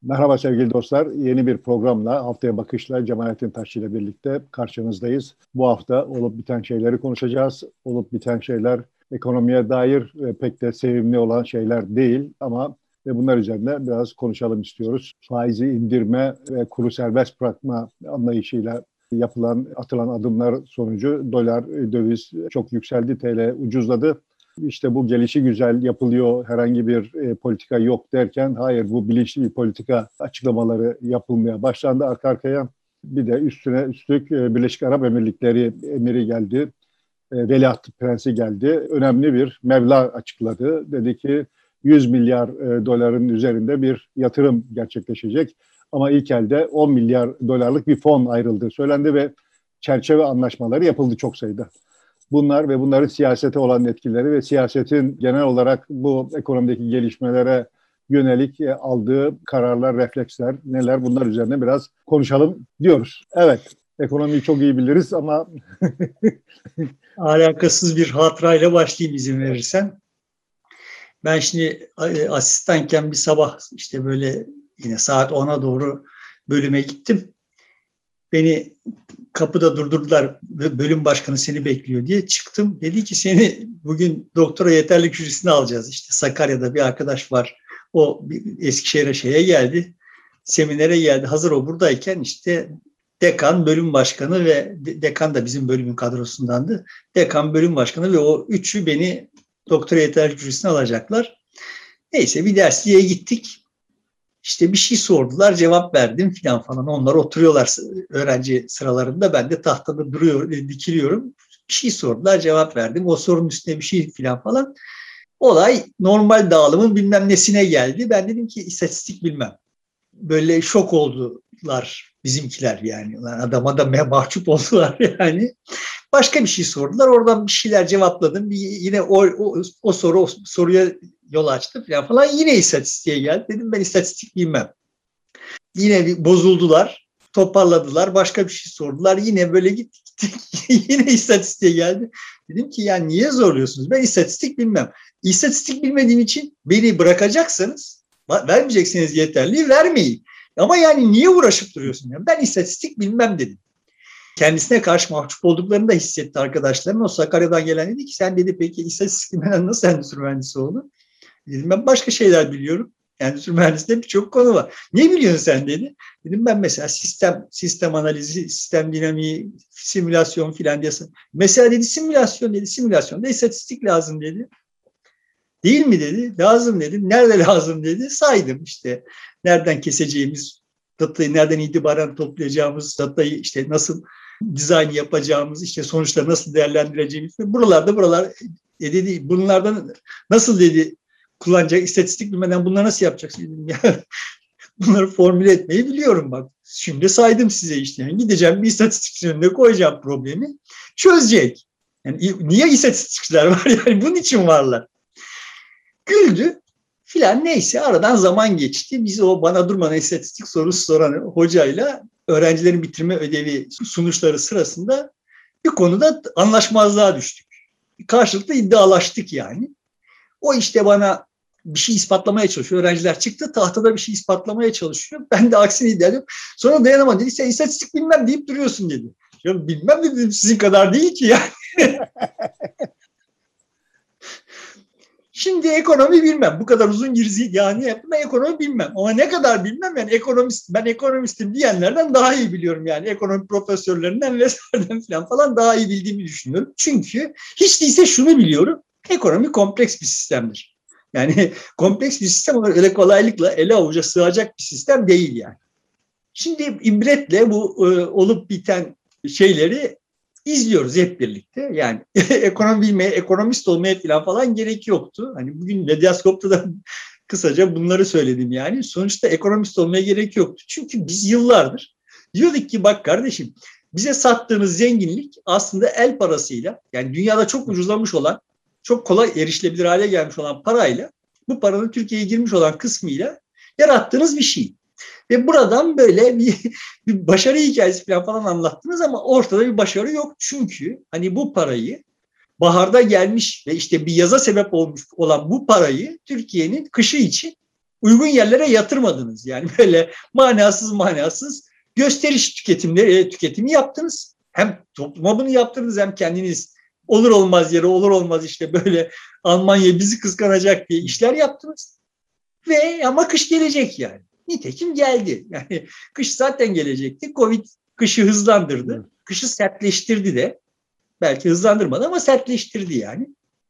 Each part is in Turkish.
Merhaba sevgili dostlar. Yeni bir programla, Haftaya Bakış'la Cemalettin Taşçı ile birlikte karşınızdayız. Bu hafta olup biten şeyleri konuşacağız. Olup biten şeyler ekonomiye dair pek de sevimli olan şeyler değil ama bunlar üzerinde biraz konuşalım istiyoruz. Faizi indirme ve kuru serbest bırakma anlayışıyla atılan adımlar sonucu dolar, döviz çok yükseldi, TL ucuzladı. İşte bu gelişigüzel yapılıyor, herhangi bir politika yok derken hayır, bu bilinçli bir politika açıklamaları yapılmaya başlandı arka arkaya. Bir de üstüne üstlük Birleşik Arap Emirlikleri emiri geldi, Veliaht Prensi geldi. Önemli bir meblağ açıkladı. Dedi ki 100 milyar doların üzerinde bir yatırım gerçekleşecek. Ama ilk elde 10 milyar dolarlık bir fon ayrıldığı söylendi ve çerçeve anlaşmaları yapıldı çok sayıda. Bunlar ve bunların siyasete olan etkileri ve siyasetin genel olarak bu ekonomideki gelişmelere yönelik aldığı kararlar, refleksler neler, bunlar üzerine biraz konuşalım diyoruz. Evet, ekonomiyi çok iyi biliriz ama alakasız bir hatırayla başlayayım izin verirsen. Ben şimdi asistanken bir sabah işte böyle yine saat 10'a doğru bölüme gittim. Beni kapıda durdurdular. Bölüm başkanı seni bekliyor diye çıktım. Dedi ki seni bugün doktora yeterlilik jürisine alacağız. İşte Sakarya'da bir arkadaş var. O Eskişehir'e geldi. Seminere geldi. Hazır o buradayken işte dekan, bölüm başkanı ve dekan da bizim bölümün kadrosundandı. Dekan, bölüm başkanı ve o üçü beni doktora yeterlilik jürisine alacaklar. Neyse bir dersliğe gittik. İşte bir şey sordular, cevap verdim falan. Onlar oturuyorlar öğrenci sıralarında. Ben de tahtada dikiliyorum. Bir şey sordular, cevap verdim. O sorunun üstüne bir şey falan. Olay normal dağılımın bilmem nesine geldi. Ben dedim ki istatistik bilmem. Böyle şok oldular bizimkiler yani. Adama da mahcup oldular yani. Başka bir şey sordular. Oradan bir şeyler cevapladım. Yine o soruya yol açtı falan. Yine istatistiğe geldi. Dedim ben istatistik bilmem. Yine bir bozuldular. Toparladılar. Başka bir şey sordular. Yine böyle gittik. Yine istatistiğe geldi. Dedim ki yani niye zorluyorsunuz? Ben istatistik bilmem. İstatistik bilmediğim için beni bırakacaksanız, vermeyecekseniz yeterliği vermeyin. Ama yani niye uğraşıp duruyorsun? Yani ben istatistik bilmem dedim. Kendisine karşı mahcup olduklarını da hissetti arkadaşlarım. O Sakarya'dan gelen dedi ki sen dedi peki istatistik bilmeden nasıl endüstri mühendisi oldun? Dedim ben başka şeyler biliyorum. Endüstri mühendisliğinde birçok konu var. Ne biliyorsun sen dedi. Dedim ben mesela sistem analizi, sistem dinamiği, simülasyon filan diye. Mesela dedi simülasyonda istatistik lazım dedi. Değil mi dedi. Lazım dedi. Nerede lazım dedi. Saydım işte. Nereden keseceğimiz datayı, nereden itibaren toplayacağımız datayı, işte nasıl dizayn yapacağımız, işte sonuçları nasıl değerlendireceğimiz. Buralar dedi. Bunlardan nasıl dedi kullanacak, istatistik bilmeden bunları nasıl yapacaksın dedim ya. Bunları formüle etmeyi biliyorum bak. Şimdi saydım size işte. Yani gideceğim bir istatistik önüne koyacağım problemi. Çözecek. Yani niye istatistikçiler var? Yani bunun için varlar. Güldü filan, neyse aradan zaman geçti. Biz o bana durmadan istatistik sorusu soran hocayla öğrencilerin bitirme ödevi sunuşları sırasında bir konuda anlaşmazlığa düştük. Karşılıklı iddialaştık yani. O işte bana bir şey ispatlamaya çalışıyor. Öğrenciler çıktı, tahtada bir şey ispatlamaya çalışıyor. Ben de aksini iddia ediyorum. Sonra dayanamadım. Dedi sen istatistik bilmem deyip duruyorsun dedi. Ya bilmem dedim, sizin kadar değil ki yani. Şimdi ekonomi bilmem. Bu kadar uzun yani yaptım. Ben ekonomi bilmem. Ama ne kadar bilmem yani ben ekonomistim diyenlerden daha iyi biliyorum yani. Ekonomi profesörlerinden vesaireden falan daha iyi bildiğimi düşünüyorum. Çünkü hiç değilse şunu biliyorum. Ekonomi kompleks bir sistemdir. Yani kompleks bir sistem olarak öyle kolaylıkla ele avuca sığacak bir sistem değil yani. Şimdi ibretle bu olup biten şeyleri izliyoruz hep birlikte. Yani ekonomi bilmeye, ekonomist olmaya falan gerek yoktu. Hani bugün Medyaskop'ta da kısaca bunları söyledim yani. Sonuçta ekonomist olmaya gerek yoktu. Çünkü biz yıllardır diyorduk ki bak kardeşim, bize sattığınız zenginlik aslında el parasıyla, yani dünyada çok ucuzlamış olan, çok kolay erişilebilir hale gelmiş olan parayla, bu paranın Türkiye'ye girmiş olan kısmıyla yarattığınız bir şey. Ve buradan böyle bir başarı hikayesi falan anlattınız ama ortada bir başarı yok. Çünkü hani bu parayı baharda gelmiş ve işte bir yaza sebep olmuş olan bu parayı Türkiye'nin kışı için uygun yerlere yatırmadınız. Yani böyle manasız gösteriş tüketimi yaptınız. Hem topluma bunu yaptınız hem kendiniz olur olmaz yere olur olmaz işte böyle Almanya bizi kıskanacak diye işler yaptınız. Ve ama kış gelecek yani. Nitekim geldi. Yani kış zaten gelecekti. Covid kışı hızlandırdı. Kışı sertleştirdi de. Belki hızlandırmadı ama sertleştirdi yani.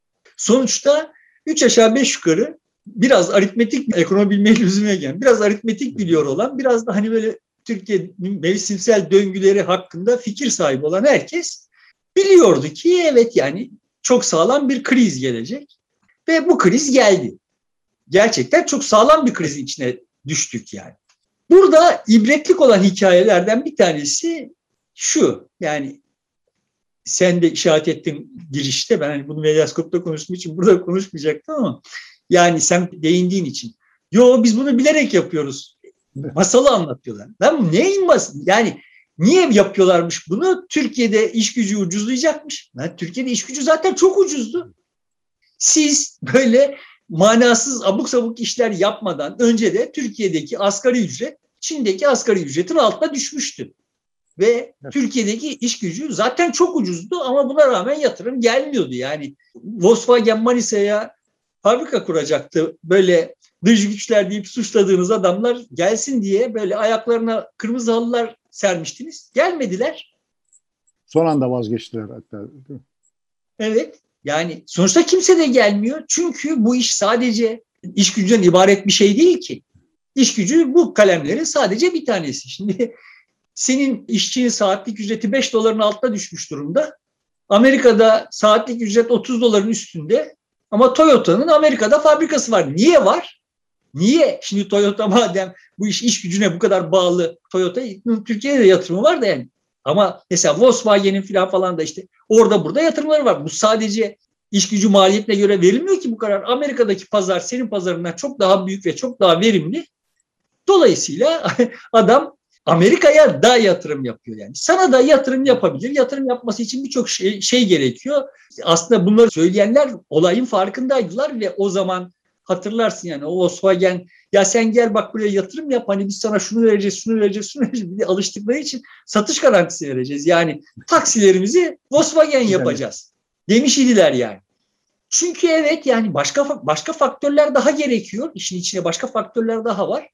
Sonuçta 3 aşağı 5 yukarı biraz aritmetik, ekonomi bilmeyi lüzum gelen, biraz aritmetik biliyor olan, biraz da hani böyle Türkiye'nin mevsimsel döngüleri hakkında fikir sahibi olan herkes biliyordu ki evet yani çok sağlam bir kriz gelecek ve bu kriz geldi. Gerçekten çok sağlam bir krizin içine düştük yani. Burada ibretlik olan hikayelerden bir tanesi şu, yani sen de işaret ettin girişte, ben hani bunu Medyaskop'ta konuştuğum için burada konuşmayacaktım ama yani sen değindiğin için. Yo biz bunu bilerek yapıyoruz. Masalı anlatıyorlar. Lan neyin masalı? Yani niye yapıyorlarmış bunu? Türkiye'de iş gücü ucuzlayacakmış. Lan Türkiye'de iş gücü zaten çok ucuzdu. Siz böyle manasız abuk sabuk işler yapmadan önce de Türkiye'deki asgari ücret Çin'deki asgari ücretin altına düşmüştü. Ve Türkiye'deki iş gücü zaten çok ucuzdu ama buna rağmen yatırım gelmiyordu. Yani Volkswagen Manisa'ya fabrika kuracaktı. Böyle dış güçler deyip suçladığınız adamlar gelsin diye böyle ayaklarına kırmızı halılar sermiştiniz. Gelmediler. Son anda vazgeçtiler hatta. Evet. Yani sonuçta kimse de gelmiyor. Çünkü bu iş sadece iş gücünden ibaret bir şey değil ki. İş gücü bu kalemlerin sadece bir tanesi. Şimdi senin işçinin saatlik ücreti 5 doların altına düşmüş durumda. Amerika'da saatlik ücret 30 doların üstünde. Ama Toyota'nın Amerika'da fabrikası var. Niye var? Niye? Şimdi Toyota madem bu iş gücüne bu kadar bağlı, Toyota'nın Türkiye'de de yatırımı var da yani. Ama mesela Volkswagen'in falan da işte orada burada yatırımları var. Bu sadece iş gücü maliyetine göre verilmiyor ki bu kadar. Amerika'daki pazar senin pazarından çok daha büyük ve çok daha verimli. Dolayısıyla adam Amerika'ya da yatırım yapıyor yani. Sana da yatırım yapabilir. Yatırım yapması için birçok şey gerekiyor. Aslında bunları söyleyenler olayın farkındaydılar ve o zaman hatırlarsın yani o Volkswagen ya sen gel bak buraya yatırım yap hani biz sana şunu vereceğiz, şunu vereceğiz, şunu vereceğiz. Bir de alıştıkları için satış garantisi vereceğiz. Yani taksilerimizi Volkswagen yapacağız demiş idiler yani. Çünkü evet yani başka faktörler daha gerekiyor. İşin içine başka faktörler daha var.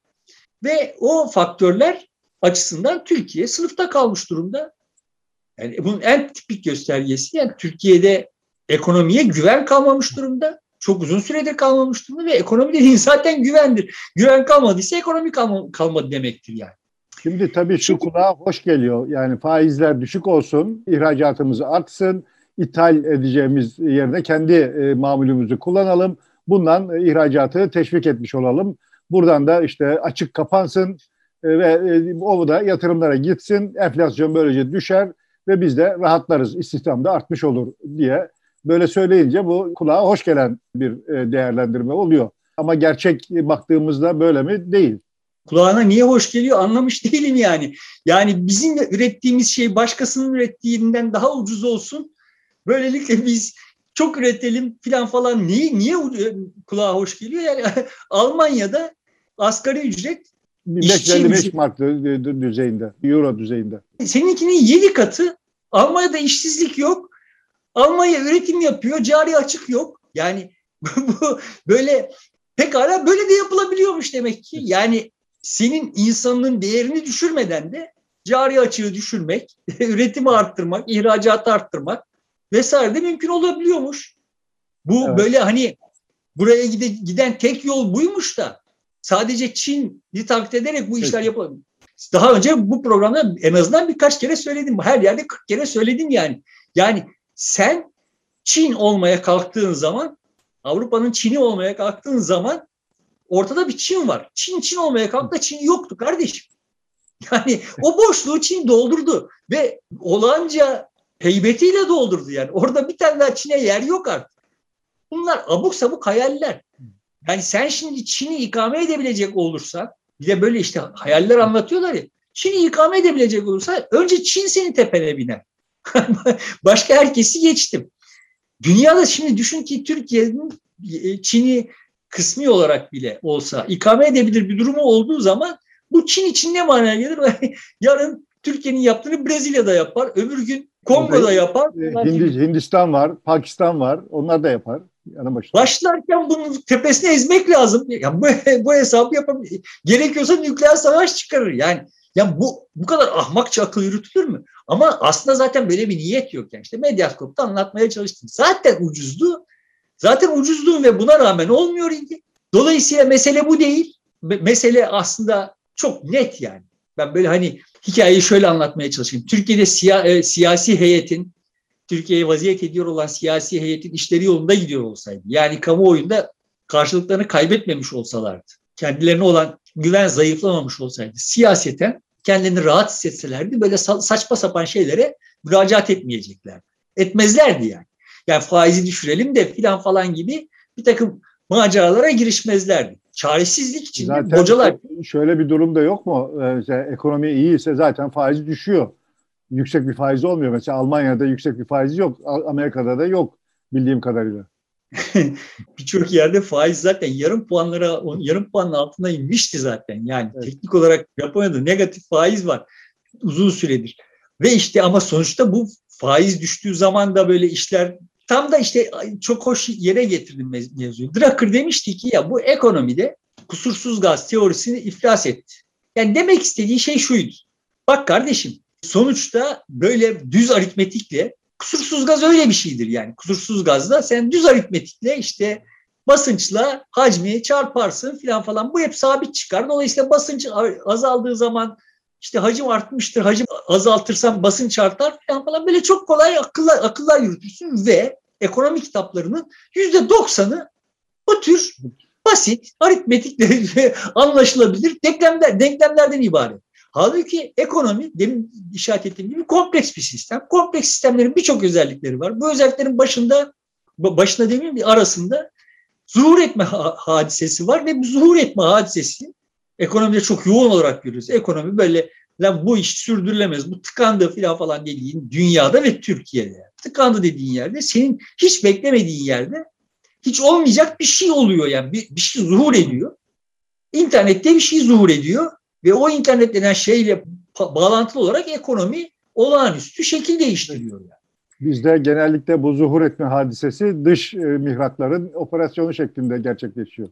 Ve o faktörler açısından Türkiye sınıfta kalmış durumda. Yani bunun en tipik göstergesi yani Türkiye'de ekonomiye güven kalmamış durumda. Çok uzun süredir kalmamış durumda ve ekonomi dediğin zaten güvendir. Güven kalmadıysa ekonomi kalmadı demektir yani. Şimdi tabii şu kulağa hoş geliyor. Yani faizler düşük olsun, ihracatımız artsın, ithal edeceğimiz yerine kendi mamulümüzü kullanalım. Bundan ihracatı teşvik etmiş olalım. Buradan da işte açık kapansın ve o da yatırımlara gitsin. Enflasyon böylece düşer ve biz de rahatlarız. İstihdam da artmış olur diye böyle söyleyince bu kulağa hoş gelen bir değerlendirme oluyor. Ama gerçek baktığımızda böyle mi? Değil. Kulağına niye hoş geliyor anlamış değilim yani. Yani bizim ürettiğimiz şey başkasının ürettiğinden daha ucuz olsun. Böylelikle biz çok üretelim falan. Niye kulağa hoş geliyor? Yani Almanya'da asgari ücret 555 mark düzeyinde, euro düzeyinde. Seninkinin 7 katı. Almanya'da işsizlik yok. Almanya üretim yapıyor, cari açık yok. Yani bu böyle pekala böyle de yapılabiliyormuş demek ki. Yani senin insanın değerini düşürmeden de cari açığı düşürmek, üretimi arttırmak, ihracatı arttırmak vesaire de mümkün olabiliyormuş. Bu evet. Böyle hani buraya giden tek yol buymuş da sadece Çin'i taklit ederek bu işler yapalım. Daha önce bu programda en azından birkaç kere söyledim. Her yerde 40 kere söyledim yani. Yani sen Çin olmaya kalktığın zaman, Avrupa'nın Çin'i olmaya kalktığın zaman ortada bir Çin var. Çin olmaya kalktı, Çin yoktu kardeşim. Yani o boşluğu Çin doldurdu ve olağanca heybetiyle doldurdu yani. Orada bir tane daha Çin'e yer yok artık. Bunlar abuk sabuk hayaller. Yani sen şimdi Çin'i ikame edebilecek olursan, bir de böyle işte hayaller anlatıyorlar ya. Çin'i ikame edebilecek olursa önce Çin senin tepene biner. Başka herkesi geçtim. Dünyada şimdi düşün ki Türkiye'nin Çin'i kısmi olarak bile olsa ikame edebilir bir durumu olduğu zaman bu Çin için ne manaya gelir? Yarın Türkiye'nin yaptığını Brezilya'da yapar, öbür gün Kongo'da yapar. Hindistan var, Pakistan var, onlar da yapar. Başlarken bunun tepesine ezmek lazım. Yani bu hesabı yapabilir. Gerekiyorsa nükleer savaş çıkarır. Yani bu kadar ahmakça akıl yürütülür mü? Ama aslında zaten böyle bir niyet yok. Yani işte Medyaskop'ta anlatmaya çalıştım. Zaten ucuzdu ve buna rağmen olmuyor idi. Dolayısıyla mesele bu değil. Mesele aslında çok net yani. Ben böyle hani hikayeyi şöyle anlatmaya çalışayım. Türkiye'de siyasi heyetin, Türkiye'ye vaziyet ediyor olan siyasi heyetin işleri yolunda gidiyor olsaydı, yani kamuoyunda karşılıklarını kaybetmemiş olsalardı, kendilerine olan güven zayıflamamış olsaydı, siyaseten kendilerini rahat hissetselerdi böyle saçma sapan şeylere müracaat etmeyeceklerdi. Etmezlerdi yani. Yani faizi düşürelim de falan gibi bir takım maceralara girişmezlerdi. Çaresizlik içinde zaten bocalar. Şöyle bir durum da yok mu? Ekonomi iyiyse zaten faiz düşüyor. Yüksek bir faiz olmuyor. Mesela Almanya'da yüksek bir faiz yok. Amerika'da da yok bildiğim kadarıyla. Birçok yerde faiz zaten yarım puanın altına inmişti zaten. Yani evet. Teknik olarak Japonya'da negatif faiz var uzun süredir. Ve işte ama sonuçta bu faiz düştüğü zaman da böyle işler tam da işte çok hoş yere getirdim mevzuyu. Drucker demişti ki ya bu ekonomide kusursuz gaz teorisini iflas etti. Yani demek istediği şey şuydu. Bak kardeşim, sonuçta böyle düz aritmetikle kusursuz gaz öyle bir şeydir yani. Kusursuz gazda sen düz aritmetikle işte basınçla hacmi çarparsın falan. Bu hep sabit çıkar. Dolayısıyla basınç azaldığı zaman işte hacim artmıştır. Hacim azaltırsan basınç artar falan. Böyle çok kolay akıllar yürütürsün ve ekonomi kitaplarının %90'ı bu tür basit, aritmetikle anlaşılabilir denklemlerden ibaret. Halbuki ekonomi, demin işaret ettiğim gibi kompleks bir sistem. Kompleks sistemlerin birçok özellikleri var. Bu özelliklerin başında demeyeyim de arasında zuhur etme hadisesi var ve bu zuhur etme hadisesi ekonomide çok yoğun olarak görüyoruz. Ekonomi böyle bu iş sürdürülemez, bu tıkandı falan dediğin dünyada ve Türkiye'de. Tıkandı dediğin yerde senin hiç beklemediğin yerde hiç olmayacak bir şey oluyor yani bir şey zuhur ediyor. İnternette bir şey zuhur ediyor. Ve o internet denen şeyle bağlantılı olarak ekonomi olağanüstü şekil değiştiriyor. Yani. Bizde genellikle bu zuhur etme hadisesi dış mihrakların operasyonu şeklinde gerçekleşiyor.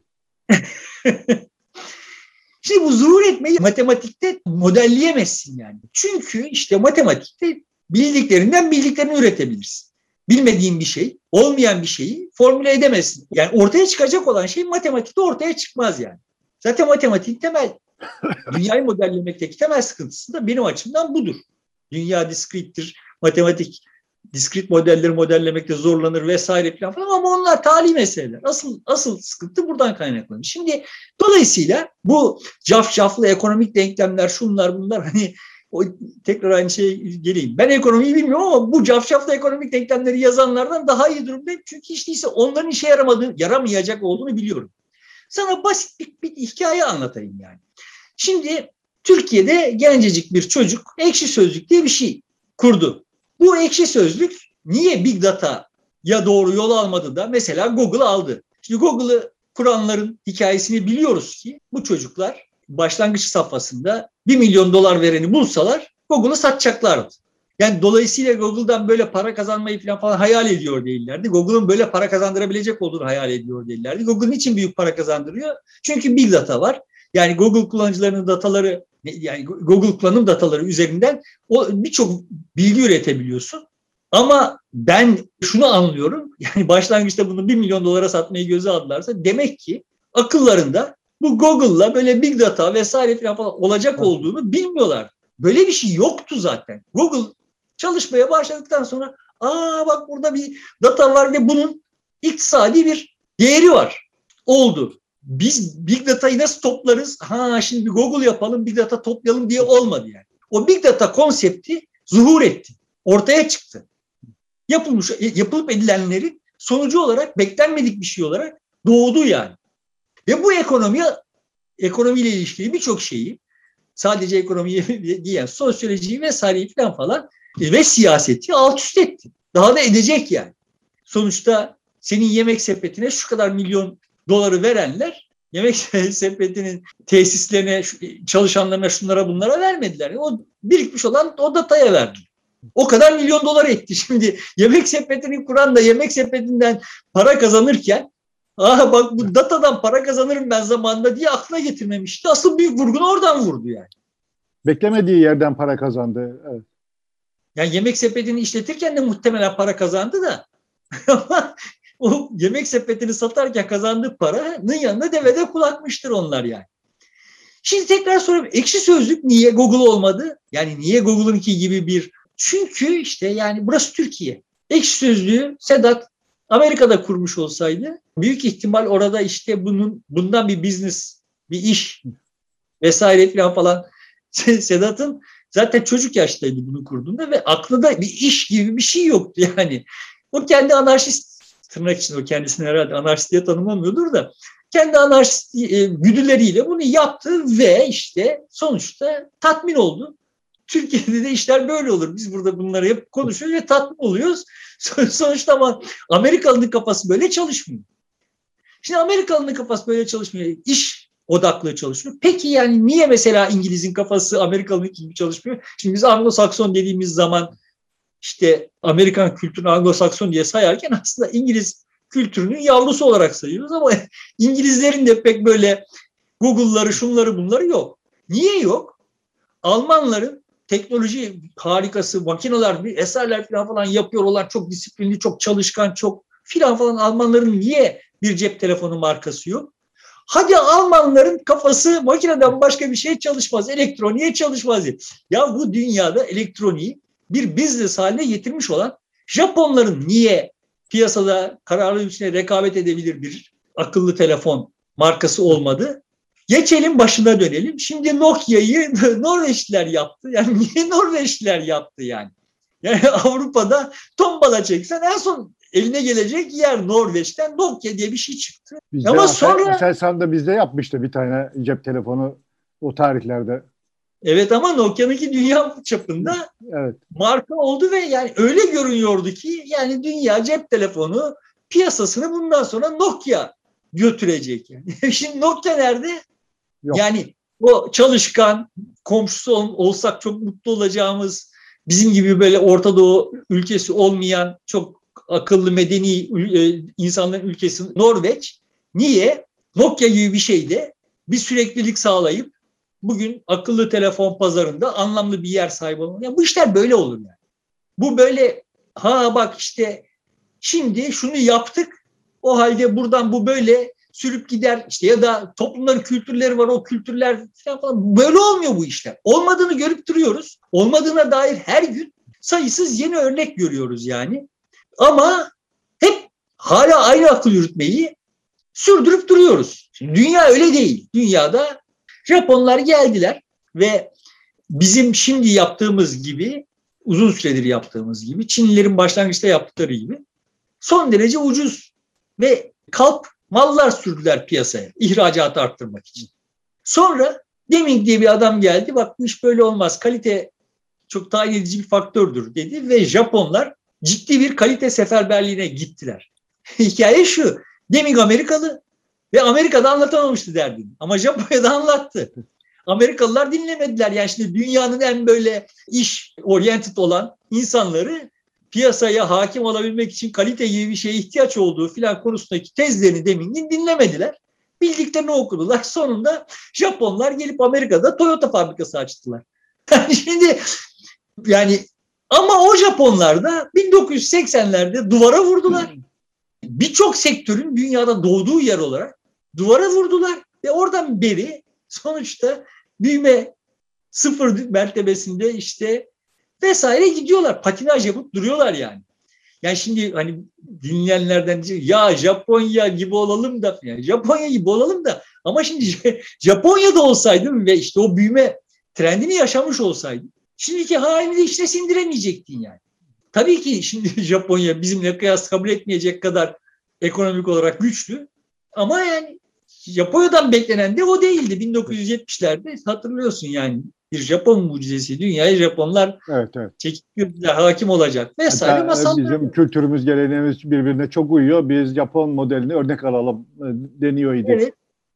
Şimdi bu zuhur etmeyi matematikte modelleyemezsin yani. Çünkü işte matematikte bildiklerini üretebilirsin. Bilmediğin bir şey, olmayan bir şeyi formüle edemezsin. Yani ortaya çıkacak olan şey matematikte ortaya çıkmaz yani. Zaten matematik dünyayı modellemekteki temel sıkıntısı da benim açımdan budur. Dünya diskrittir, matematik diskrit modelleri modellemekte zorlanır vesaire falan ama onlar tali meseleler. Asıl sıkıntı buradan kaynaklanıyor. Şimdi dolayısıyla bu cafcaflı ekonomik denklemler, şunlar bunlar hani tekrar aynı şeye geleyim. Ben ekonomiyi bilmiyorum ama bu cafcaflı ekonomik denklemleri yazanlardan daha iyi durumdayım. Çünkü hiç değilse onların işe yaramayacak olduğunu biliyorum. Sana basit bir hikaye anlatayım yani. Şimdi Türkiye'de gencecik bir çocuk Ekşi Sözlük diye bir şey kurdu. Bu Ekşi Sözlük niye Big Data'ya doğru yol almadı da mesela Google aldı. Şimdi Google'ı kuranların hikayesini biliyoruz ki bu çocuklar başlangıç safhasında $1 milyon vereni bulsalar Google'ı satacaklardı. Yani dolayısıyla Google'dan böyle para kazanmayı falan hayal ediyor değillerdi. Google'ın böyle para kazandırabilecek olduğunu hayal ediyor değillerdi. Google niçin büyük para kazandırıyor? Çünkü Big Data var. Yani Google kullanıcılarının dataları, yani Google kullanım dataları üzerinden birçok bilgi üretebiliyorsun. Ama ben şunu anlıyorum. Yani başlangıçta bunu $1 milyon satmayı göze aldılarsa demek ki akıllarında bu Google'la böyle Big Data vesaire falan olacak olduğunu bilmiyorlar. Böyle bir şey yoktu zaten. Google çalışmaya başladıktan sonra bak burada bir data var ve bunun iktisadi bir değeri var. Oldu. Biz Big Data'yı nasıl toplarız? Şimdi bir Google yapalım, Big Data toplayalım diye olmadı yani. O Big Data konsepti zuhur etti. Ortaya çıktı. Yapılıp edilenlerin sonucu olarak beklenmedik bir şey olarak doğdu yani. Ve bu ekonomiyle ilişkili birçok şeyi sadece ekonomiyi diyen sosyolojiyi vesaireyi falan ve siyaseti alt üst etti. Daha da edecek yani. Sonuçta senin yemek sepetine şu kadar milyon doları verenler yemek sepetinin tesislerine, çalışanlarına, şunlara bunlara vermediler. O birikmiş olan o dataya verdi. O kadar milyon dolar etti. Şimdi yemek sepetini kuran da yemek sepetinden para kazanırken bak bu datadan para kazanırım ben zamanında diye aklına getirmemişti. Asıl büyük vurgunu oradan vurdu yani. Beklemediği yerden para kazandı. Evet. Yani yemek sepetini işletirken de muhtemelen para kazandı da ama o yemek sepetini satarken kazandığı paranın yanında devede kulakmıştır onlar yani. Şimdi tekrar soruyorum. Ekşi Sözlük niye Google olmadı? Yani niye Google'ınki gibi bir... Çünkü işte yani burası Türkiye. Ekşi Sözlüğü Sedat Amerika'da kurmuş olsaydı büyük ihtimal orada işte bundan bir business, bir iş vesaire falan Sedat'ın zaten çocuk yaştaydı bunu kurduğunda ve aklında bir iş gibi bir şey yoktu yani. O kendi anarşist, tırnak içinde o kendisini herhalde anarşist diye tanımlamıyordur da kendi anarşist güdüleriyle bunu yaptı ve işte sonuçta tatmin oldu. Türkiye'de de işler böyle olur. Biz burada bunları hep konuşuyoruz ve tatmin oluyoruz. Sonuçta ama Amerikalı'nın kafası böyle çalışmıyor. Şimdi Amerikalı'nın kafası böyle çalışmıyor. İş odaklı çalışmıyor. Peki yani niye mesela İngiliz'in kafası Amerikalı'nın gibi çalışmıyor? Şimdi biz Anglo-Sakson dediğimiz zaman işte Amerikan kültürünü Anglo-Sakson diye sayarken aslında İngiliz kültürünün yavrusu olarak sayıyoruz ama İngilizlerin de pek böyle Google'ları şunları bunları yok. Niye yok? Almanların teknoloji harikası, makineler, eserler falan yapıyor olan çok disiplinli, çok çalışkan, çok falan Almanların niye bir cep telefonu markası yok? Hadi Almanların kafası makineden başka bir şey çalışmaz, elektroniğe çalışmaz diye. Ya bu dünyada elektroniği bir business haline getirmiş olan Japonların niye piyasada kararlı biçimde rekabet edebilir bir akıllı telefon markası olmadı? Geçelim başına dönelim. Şimdi Nokia'yı Norveçliler yaptı. Yani niye Norveçliler yaptı yani? Yani Avrupa'da tombala çeksen en son eline gelecek yer Norveç'ten Nokia diye bir şey çıktı. Bizde ama sonra Aselsan da bizde yapmıştı bir tane cep telefonu o tarihlerde. Evet ama Nokia'nınki dünya çapında evet. marka oldu ve yani öyle görünüyordu ki yani dünya cep telefonu piyasasını bundan sonra Nokia götürecek. Yani. Şimdi Nokia nerede? Yok. Yani o çalışkan, komşusu olsak çok mutlu olacağımız, bizim gibi böyle Orta Doğu ülkesi olmayan çok akıllı, medeni insanların ülkesi Norveç. Niye? Nokia gibi bir şeyde bir süreklilik sağlayıp bugün akıllı telefon pazarında anlamlı bir yer sahibi olmalı. Yani bu işler böyle olur yani. Bu böyle bak işte şimdi şunu yaptık o halde buradan bu böyle sürüp gider işte ya da toplumların kültürleri var o kültürler falan böyle olmuyor bu işler. Olmadığını görüp duruyoruz. Olmadığına dair her gün sayısız yeni örnek görüyoruz yani. Ama hep hala aynı akıl yürütmeyi sürdürüp duruyoruz. Şimdi dünya öyle değil. Dünyada Japonlar geldiler ve bizim şimdi yaptığımız gibi uzun süredir yaptığımız gibi Çinlilerin başlangıçta yaptıkları gibi son derece ucuz ve kalp mallar sürdüler piyasaya ihracatı arttırmak için. Sonra Deming diye bir adam geldi. Bak bu iş böyle olmaz. Kalite çok tayin edici bir faktördür dedi ve Japonlar ciddi bir kalite seferberliğine gittiler. Hikaye şu. Deming Amerikalı ve Amerika'da anlatamamıştı derdini. Ama Japonya'da anlattı. Amerikalılar dinlemediler. Yani şimdi dünyanın en böyle iş oriented olan insanları piyasaya hakim olabilmek için kalite gibi bir şeye ihtiyaç olduğu filan konusundaki tezlerini Deming'in dinlemediler. Bildiklerini okudular. Sonunda Japonlar gelip Amerika'da Toyota fabrikası açtılar. Şimdi yani ama o Japonlar da 1980'lerde duvara vurdular. Birçok sektörün dünyada doğduğu yer olarak duvara vurdular ve oradan beri sonuçta büyüme sıfır mertebesinde işte vesaire gidiyorlar. Patinaj yapıp duruyorlar yani. Yani şimdi hani dinleyenlerden diyecek ya Japonya gibi olalım da yani Japonya gibi olalım da ama şimdi Japonya'da olsaydım ve işte o büyüme trendini yaşamış olsaydım şimdiki halini de işte sindiremeyecektin yani. Tabii ki şimdi Japonya bizimle kıyas kabul etmeyecek kadar ekonomik olarak güçlü ama yani Japonya'dan beklenen de o değildi 1970'lerde hatırlıyorsun yani. bir Japon mucizesi. Dünyaya Japonlar çekik gözle hakim olacak vesaire masallar. Bizim kültürümüz, geleneğimiz birbirine çok uyuyor. Biz Japon modelini örnek alalım deniyor idi. Evet.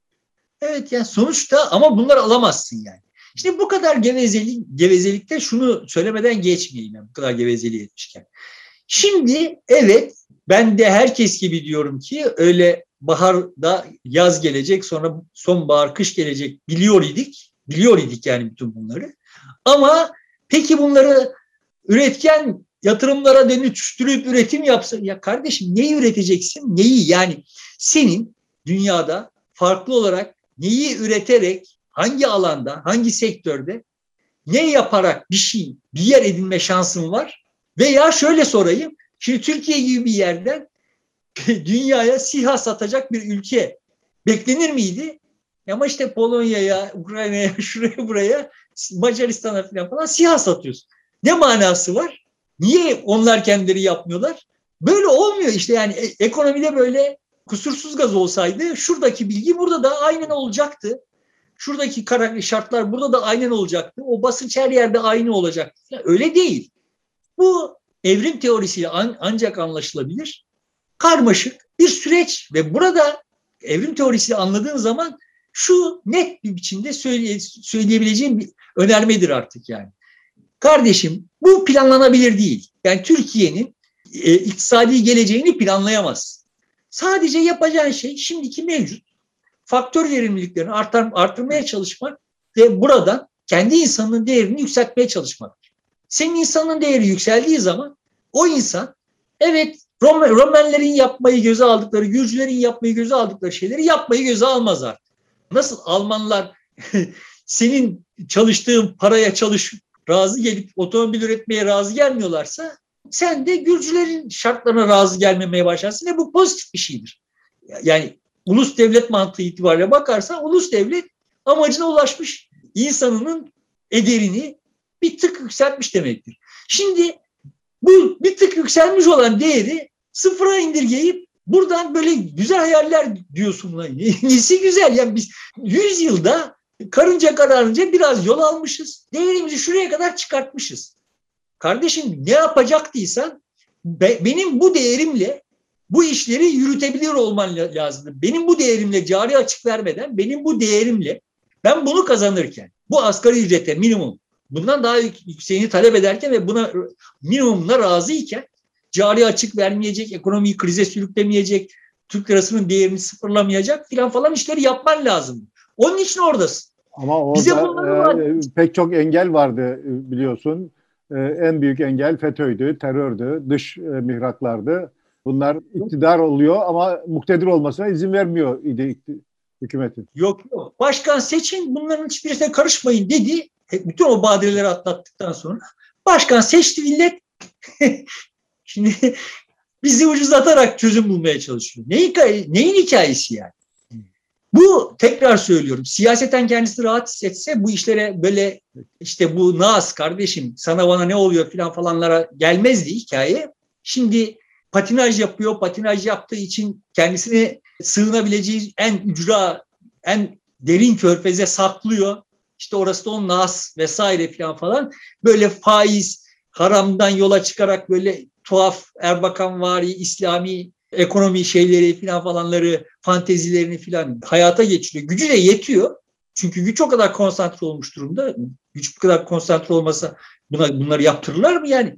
Evet, yani sonuçta ama bunları alamazsın yani. İşte bu kadar gevezelikte şunu söylemeden geçmeyeyim yani, bu kadar gevezeliği etmişken. Şimdi evet, ben de herkes gibi diyorum ki öyle baharda yaz gelecek, sonra sonbahar kış gelecek biliyor idik yani bütün bunları. Ama peki bunları üretken yatırımlara dönüştürüp üretim yapsın. Ya kardeşim, neyi üreteceksin? Neyi? Yani senin dünyada farklı olarak neyi üreterek, hangi alanda, hangi sektörde, ne yaparak bir yer edinme şansın var? Veya şöyle sorayım, şimdi Türkiye gibi bir yerden dünyaya SİHA satacak bir ülke beklenir miydi? Ama işte Polonya'ya, Ukrayna'ya, şuraya buraya, Macaristan'a falan SİHA satıyorsun. Ne manası var? Niye onlar kendileri yapmıyorlar? Böyle olmuyor işte, yani ekonomide böyle kusursuz gaz olsaydı şuradaki bilgi burada da aynen olacaktı. Şuradaki şartlar burada da aynen olacaktı. O basınç her yerde aynı olacaktı. Yani öyle değil. Bu evrim teorisiyle ancak anlaşılabilir. Karmaşık bir süreç ve burada evrim teorisiyle anladığın zaman şu net bir biçimde söyleyebileceğim bir önermedir artık yani. Kardeşim, bu planlanabilir değil. Yani Türkiye'nin iktisadi geleceğini planlayamaz. Sadece yapacağın şey şimdiki mevcut faktör verimliliklerini artırmaya çalışmak ve buradan kendi insanının değerini yükseltmeye çalışmak. Senin insanın değeri yükseldiği zaman o insan, evet, Romenlerin yapmayı göze aldıkları, Gürcülerin yapmayı göze aldıkları şeyleri yapmayı göze almaz artık. Nasıl Almanlar senin çalıştığın paraya razı gelip otomobil üretmeye razı gelmiyorlarsa, sen de Gürcülerin şartlarına razı gelmemeye başlarsın ve bu pozitif bir şeydir. Yani ulus devlet mantığı itibariyle bakarsan, ulus devlet amacına ulaşmış, insanının ederini bir tık yükseltmiş demektir. Şimdi bu bir tık yükselmiş olan değeri sıfıra indirgeyip buradan böyle güzel hayaller diyorsun. Nesi güzel? Yani biz 100 yılda karınca kararınca biraz yol almışız. Değerimizi şuraya kadar çıkartmışız. Kardeşim, ne yapacaktıysan benim bu değerimle bu işleri yürütebilir olman lazım. Benim bu değerimle cari açık vermeden, benim bu değerimle ben bunu kazanırken, bu asgari ücrete minimum, bundan daha yükseğini talep ederken ve buna minimumla razıyken, cari açık vermeyecek, ekonomiyi krize sürüklemeyecek, Türk lirasının değerini sıfırlamayacak falan işleri yapman lazım. Onun için oradasın. Ama orada pek çok engel vardı biliyorsun. En büyük engel FETÖ'ydü, terördü, dış mihraklardı. Bunlar iktidar oluyor ama muktedir olmasına izin vermiyor idi hükümetin. Yok. Başkan seçin, bunların hiçbirisine karışmayın dedi. Bütün o badireleri atlattıktan sonra başkan seçti millet. Şimdi bizi ucuzlatarak çözüm bulmaya çalışıyor. Neyin hikayesi yani? Bu, tekrar söylüyorum, siyaseten kendisi rahat hissetse bu işlere böyle işte bu Naz kardeşim sana bana ne oluyor falanlara gelmezdi hikaye. Şimdi patinaj yapıyor. Patinaj yaptığı için kendisini sığınabileceği en ücra, en derin körfeze saklıyor. İşte orası da onun Naz vesaire falan. Böyle faiz, haramdan yola çıkarak böyle tuhaf Erbakanvari, İslami ekonomi şeyleri falanları, fantezilerini hayata geçiriyor. Gücü de yetiyor. Çünkü güç o kadar konsantre olmuş durumda. Güç bu kadar konsantre olmasa bunları yaptırırlar mı yani?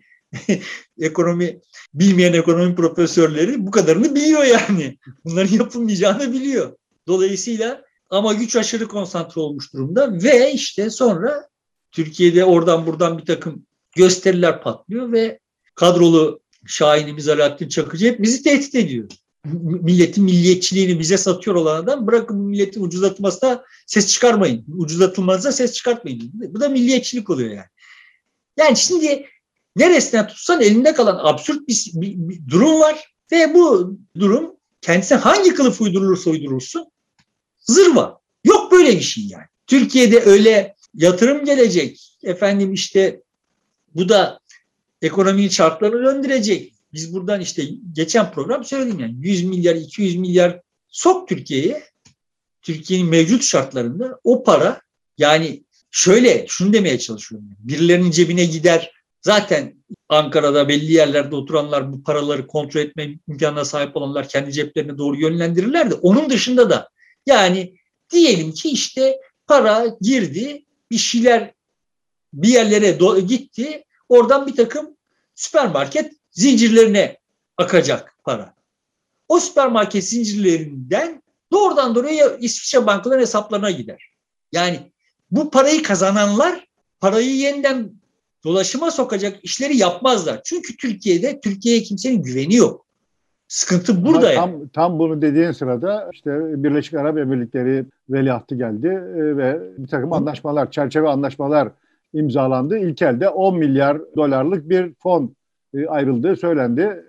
Bilmeyen ekonomi profesörleri bu kadarını biliyor yani. Bunların yapılmayacağını biliyor. Dolayısıyla ama güç aşırı konsantre olmuş durumda ve işte sonra Türkiye'de oradan buradan bir takım gösteriler patlıyor ve kadrolu şahinimiz Alaaddin Çakıcı hep bizi tehdit ediyor. Milletin milliyetçiliğini bize satıyor olan adam, bırakın bu milletin ucuzlatılmasına ses çıkarmayın. Ucuzlatılmanıza ses çıkartmayın. Bu da milliyetçilik oluyor yani. Yani şimdi neresinden tutsan elinde kalan absürt bir durum var ve bu durum kendisine hangi kılıf uydurulursa uydurulsun zırva. Yok böyle bir şey yani. Türkiye'de öyle yatırım gelecek. Efendim işte bu da ekonominin şartlarını döndürecek. Biz buradan işte geçen program söyledim yani 100 milyar 200 milyar sok Türkiye'ye. Türkiye'nin mevcut şartlarında o para, yani şöyle şunu demeye çalışıyorum. Birilerinin cebine gider. Zaten Ankara'da belli yerlerde oturanlar bu paraları kontrol etme imkanına sahip olanlar kendi ceplerine doğru yönlendirirler de onun dışında da yani diyelim ki işte para girdi, bir şeyler bir yerlere gitti, oradan bir takım süpermarket zincirlerine akacak para. O süpermarket zincirlerinden doğrudan doğruya İsviçre bankaların hesaplarına gider. Yani bu parayı kazananlar parayı yeniden dolaşıma sokacak işleri yapmazlar. Çünkü Türkiye'ye kimsenin güveni yok. Sıkıntı burada yani. Tam bunu dediğin sırada işte Birleşik Arap Emirlikleri veliahtı geldi ve bir takım anlaşmalar, çerçeve anlaşmalar imzalandı. İlk elde 10 milyar dolarlık bir fon ayrıldığı söylendi.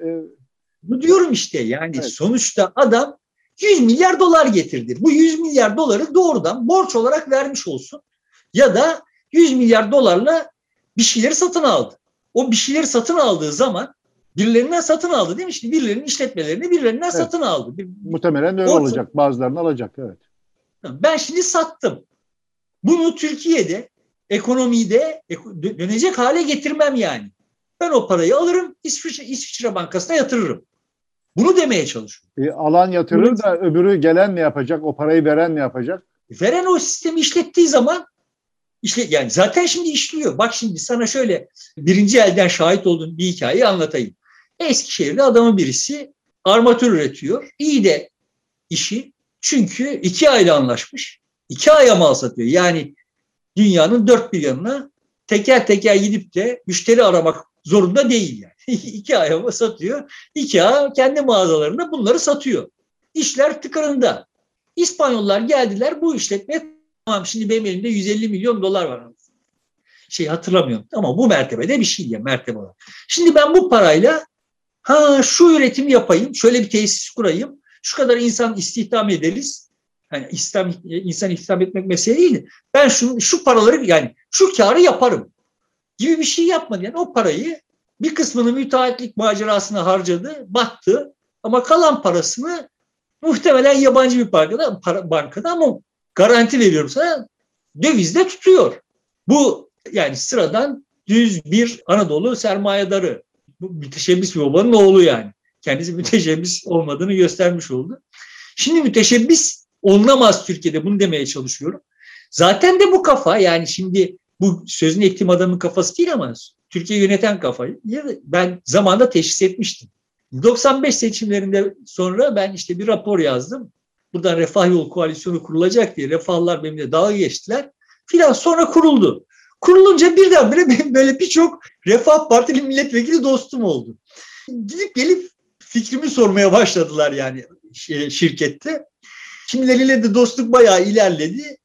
Bu diyorum işte yani evet. Sonuçta adam 100 milyar dolar getirdi. Bu 100 milyar doları doğrudan borç olarak vermiş olsun. Ya da 100 milyar dolarla bir şeyleri satın aldı. O bir şeyleri satın aldığı zaman birilerinden satın aldı değil mi? İşte birilerinin işletmelerini birilerinden satın aldı. Muhtemelen öyle olacak. Bazılarını alacak. Evet. Ben şimdi sattım. Bunu Türkiye'de ekonomide dönecek hale getirmem yani. Ben o parayı alırım İsviçre Bankası'na yatırırım. Bunu demeye çalışıyorum. Alan yatırır da öbürü gelen ne yapacak? O parayı veren ne yapacak? Veren o sistemi işlettiği zaman yani zaten şimdi işliyor. Bak şimdi sana şöyle birinci elden şahit olduğum bir hikayeyi anlatayım. Eskişehir'de adamın birisi armatür üretiyor. İyi de işi. Çünkü 2 ayla anlaşmış. 2 aya mal satıyor. Yani dünyanın dört bir yanına teker teker gidip de müşteri aramak zorunda değil yani. 2 aya satıyor. 2 ay kendi mağazalarında bunları satıyor. İşler tıkırında. İspanyollar geldiler bu işletmeye. Tamam şimdi benim elimde 150 milyon dolar var. Hatırlamıyorum ama bu mertebede bir şey ya mertebe olarak. Şimdi ben bu parayla şu üretimi yapayım, şöyle bir tesis kurayım, şu kadar insan istihdam ederiz. Yani insan istihdam etmek mesele değil. Ben şu paraları yani şu karı yaparım gibi bir şey yapmadı. Yani o parayı bir kısmını müteahhitlik macerasına harcadı, battı ama kalan parasını muhtemelen yabancı bir bankada ama garanti veriyorum sana dövizde tutuyor. Bu yani sıradan düz bir Anadolu sermayedarı. Bu müteşebbis bir babanın oğlu yani. Kendisi müteşebbis olmadığını göstermiş oldu. Şimdi müteşebbis olunamaz Türkiye'de bunu demeye çalışıyorum. Zaten de bu kafa yani şimdi bu sözünü ettiğim adamın kafası değil ama Türkiye yöneten kafayı ben zamanında teşhis etmiştim. 95 seçimlerinde sonra ben işte bir rapor yazdım. Buradan Refah Yol Koalisyonu kurulacak diye Refahlılar benimle dalga geçtiler. Filan sonra kuruldu. Kurulunca birdenbire benim böyle birçok Refah Partili milletvekili dostum oldu. Gidip gelip fikrimi sormaya başladılar yani şirkette. Kimileriyle de dostluk bayağı ilerledi.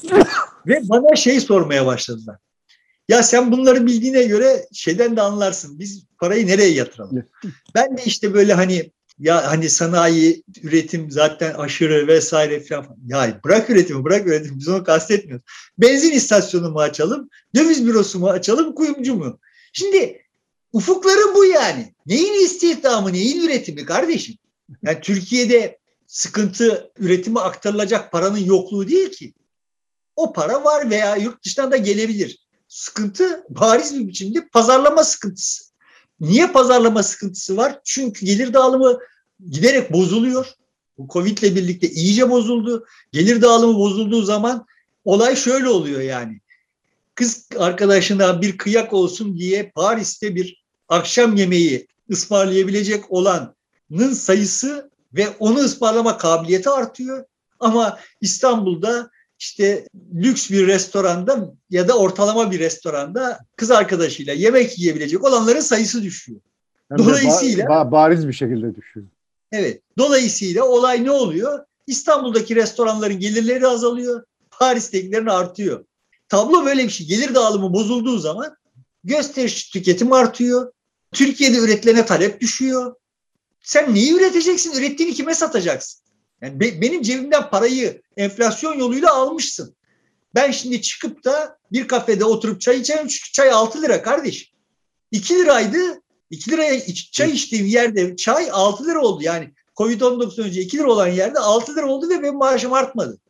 Ve bana sormaya başladılar. Ya sen bunları bildiğine göre şeyden de anlarsın. Biz parayı nereye yatıralım? Ben de işte böyle hani sanayi, üretim zaten aşırı vesaire falan. Ya bırak üretimi biz onu kastetmiyoruz. Benzin istasyonu mu açalım? Döviz bürosu mu açalım? Kuyumcu mu? Şimdi ufukları bu yani. Neyin istihdamı, neyin üretimi kardeşim? Yani Türkiye'de sıkıntı üretime aktarılacak paranın yokluğu değil ki. O para var veya yurt dışından da gelebilir. Sıkıntı bariz bir biçimde pazarlama sıkıntısı. Niye pazarlama sıkıntısı var? Çünkü gelir dağılımı giderek bozuluyor. Bu Covid'le birlikte iyice bozuldu. Gelir dağılımı bozulduğu zaman olay şöyle oluyor yani. Kız arkadaşına bir kıyak olsun diye Paris'te bir akşam yemeği ısmarlayabilecek olanın sayısı ve onu ısmarlama kabiliyeti artıyor. Ama İstanbul'da işte lüks bir restoranda ya da ortalama bir restoranda kız arkadaşıyla yemek yiyebilecek olanların sayısı düşüyor. Hem dolayısıyla bariz bir şekilde düşüyor. Evet. Dolayısıyla olay ne oluyor? İstanbul'daki restoranların gelirleri azalıyor. Paris'tekilerin artıyor. Tablo böyle bir şey. Gelir dağılımı bozulduğu zaman gösteriş tüketim artıyor. Türkiye'de üretilene talep düşüyor. Sen neyi üreteceksin? Ürettiğini kime satacaksın? Yani benim cebimden parayı enflasyon yoluyla almışsın. Ben şimdi çıkıp da bir kafede oturup çay içerim çünkü çay 6 lira kardeşim. 2 liraydı. 2 liraya çay içtiğim yerde çay 6 lira oldu. Yani Covid-19 önce 2 lira olan yerde 6 lira oldu ve benim maaşım artmadı.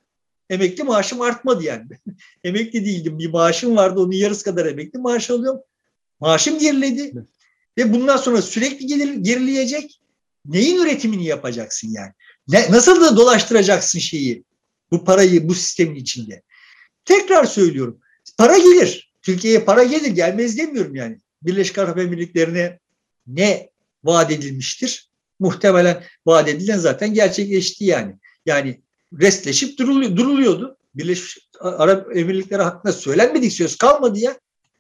Emekli maaşım artmadı yani. Emekli değildim. Bir maaşım vardı. Onun yarısı kadar emekli maaş alıyorum. Maaşım geriledi. Evet. Ve bundan sonra sürekli gerileyecek. Neyin üretimini yapacaksın yani? Nasıl da dolaştıracaksın şeyi? Bu parayı bu sistemin içinde. Tekrar söylüyorum. Para gelir. Türkiye'ye para gelir. Gelmez demiyorum yani. Birleşik Arap Emirlikleri'ne ne vaat edilmiştir? Muhtemelen vaat edilen zaten gerçekleşti yani. Yani restleşip duruluyordu. Birleşik Arap Emirlikleri hakkında söylenmedik söz kalmadı ya.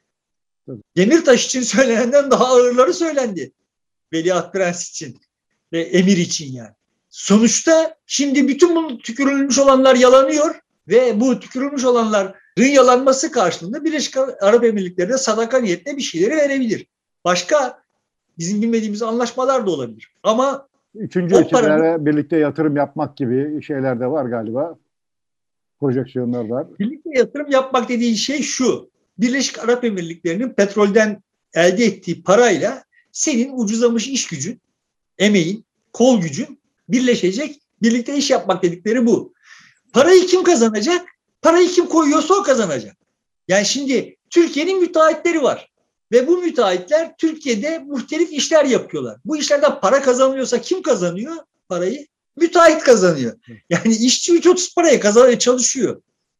Demirtaş için söylenenden daha ağırları söylendi. Veliaht Prens için ve emir için yani. Sonuçta şimdi bütün bu tükürülmüş olanlar yalanıyor ve bu tükürülmüş olanların yalanması karşılığında Birleşik Arap Emirlikleri'ne sadaka niyetle bir şeyleri verebilir. Başka bizim bilmediğimiz anlaşmalar da olabilir. Ama üçüncü ülkelere birlikte yatırım yapmak gibi şeyler de var galiba. Projeksiyonlar var. Birlikte yatırım yapmak dediği şey şu. Birleşik Arap Emirlikleri'nin petrolden elde ettiği parayla senin ucuzlamış iş gücün, emeğin, kol gücün birleşecek. Birlikte iş yapmak dedikleri bu. Parayı kim kazanacak? Parayı kim koyuyorsa o kazanacak. Yani şimdi Türkiye'nin müteahhitleri var. Ve bu müteahhitler Türkiye'de muhtelif işler yapıyorlar. Bu işlerden para kazanıyorsa kim kazanıyor parayı? Müteahhit kazanıyor. Yani işçi 3-30 paraya kazanıyor, çalışıyor.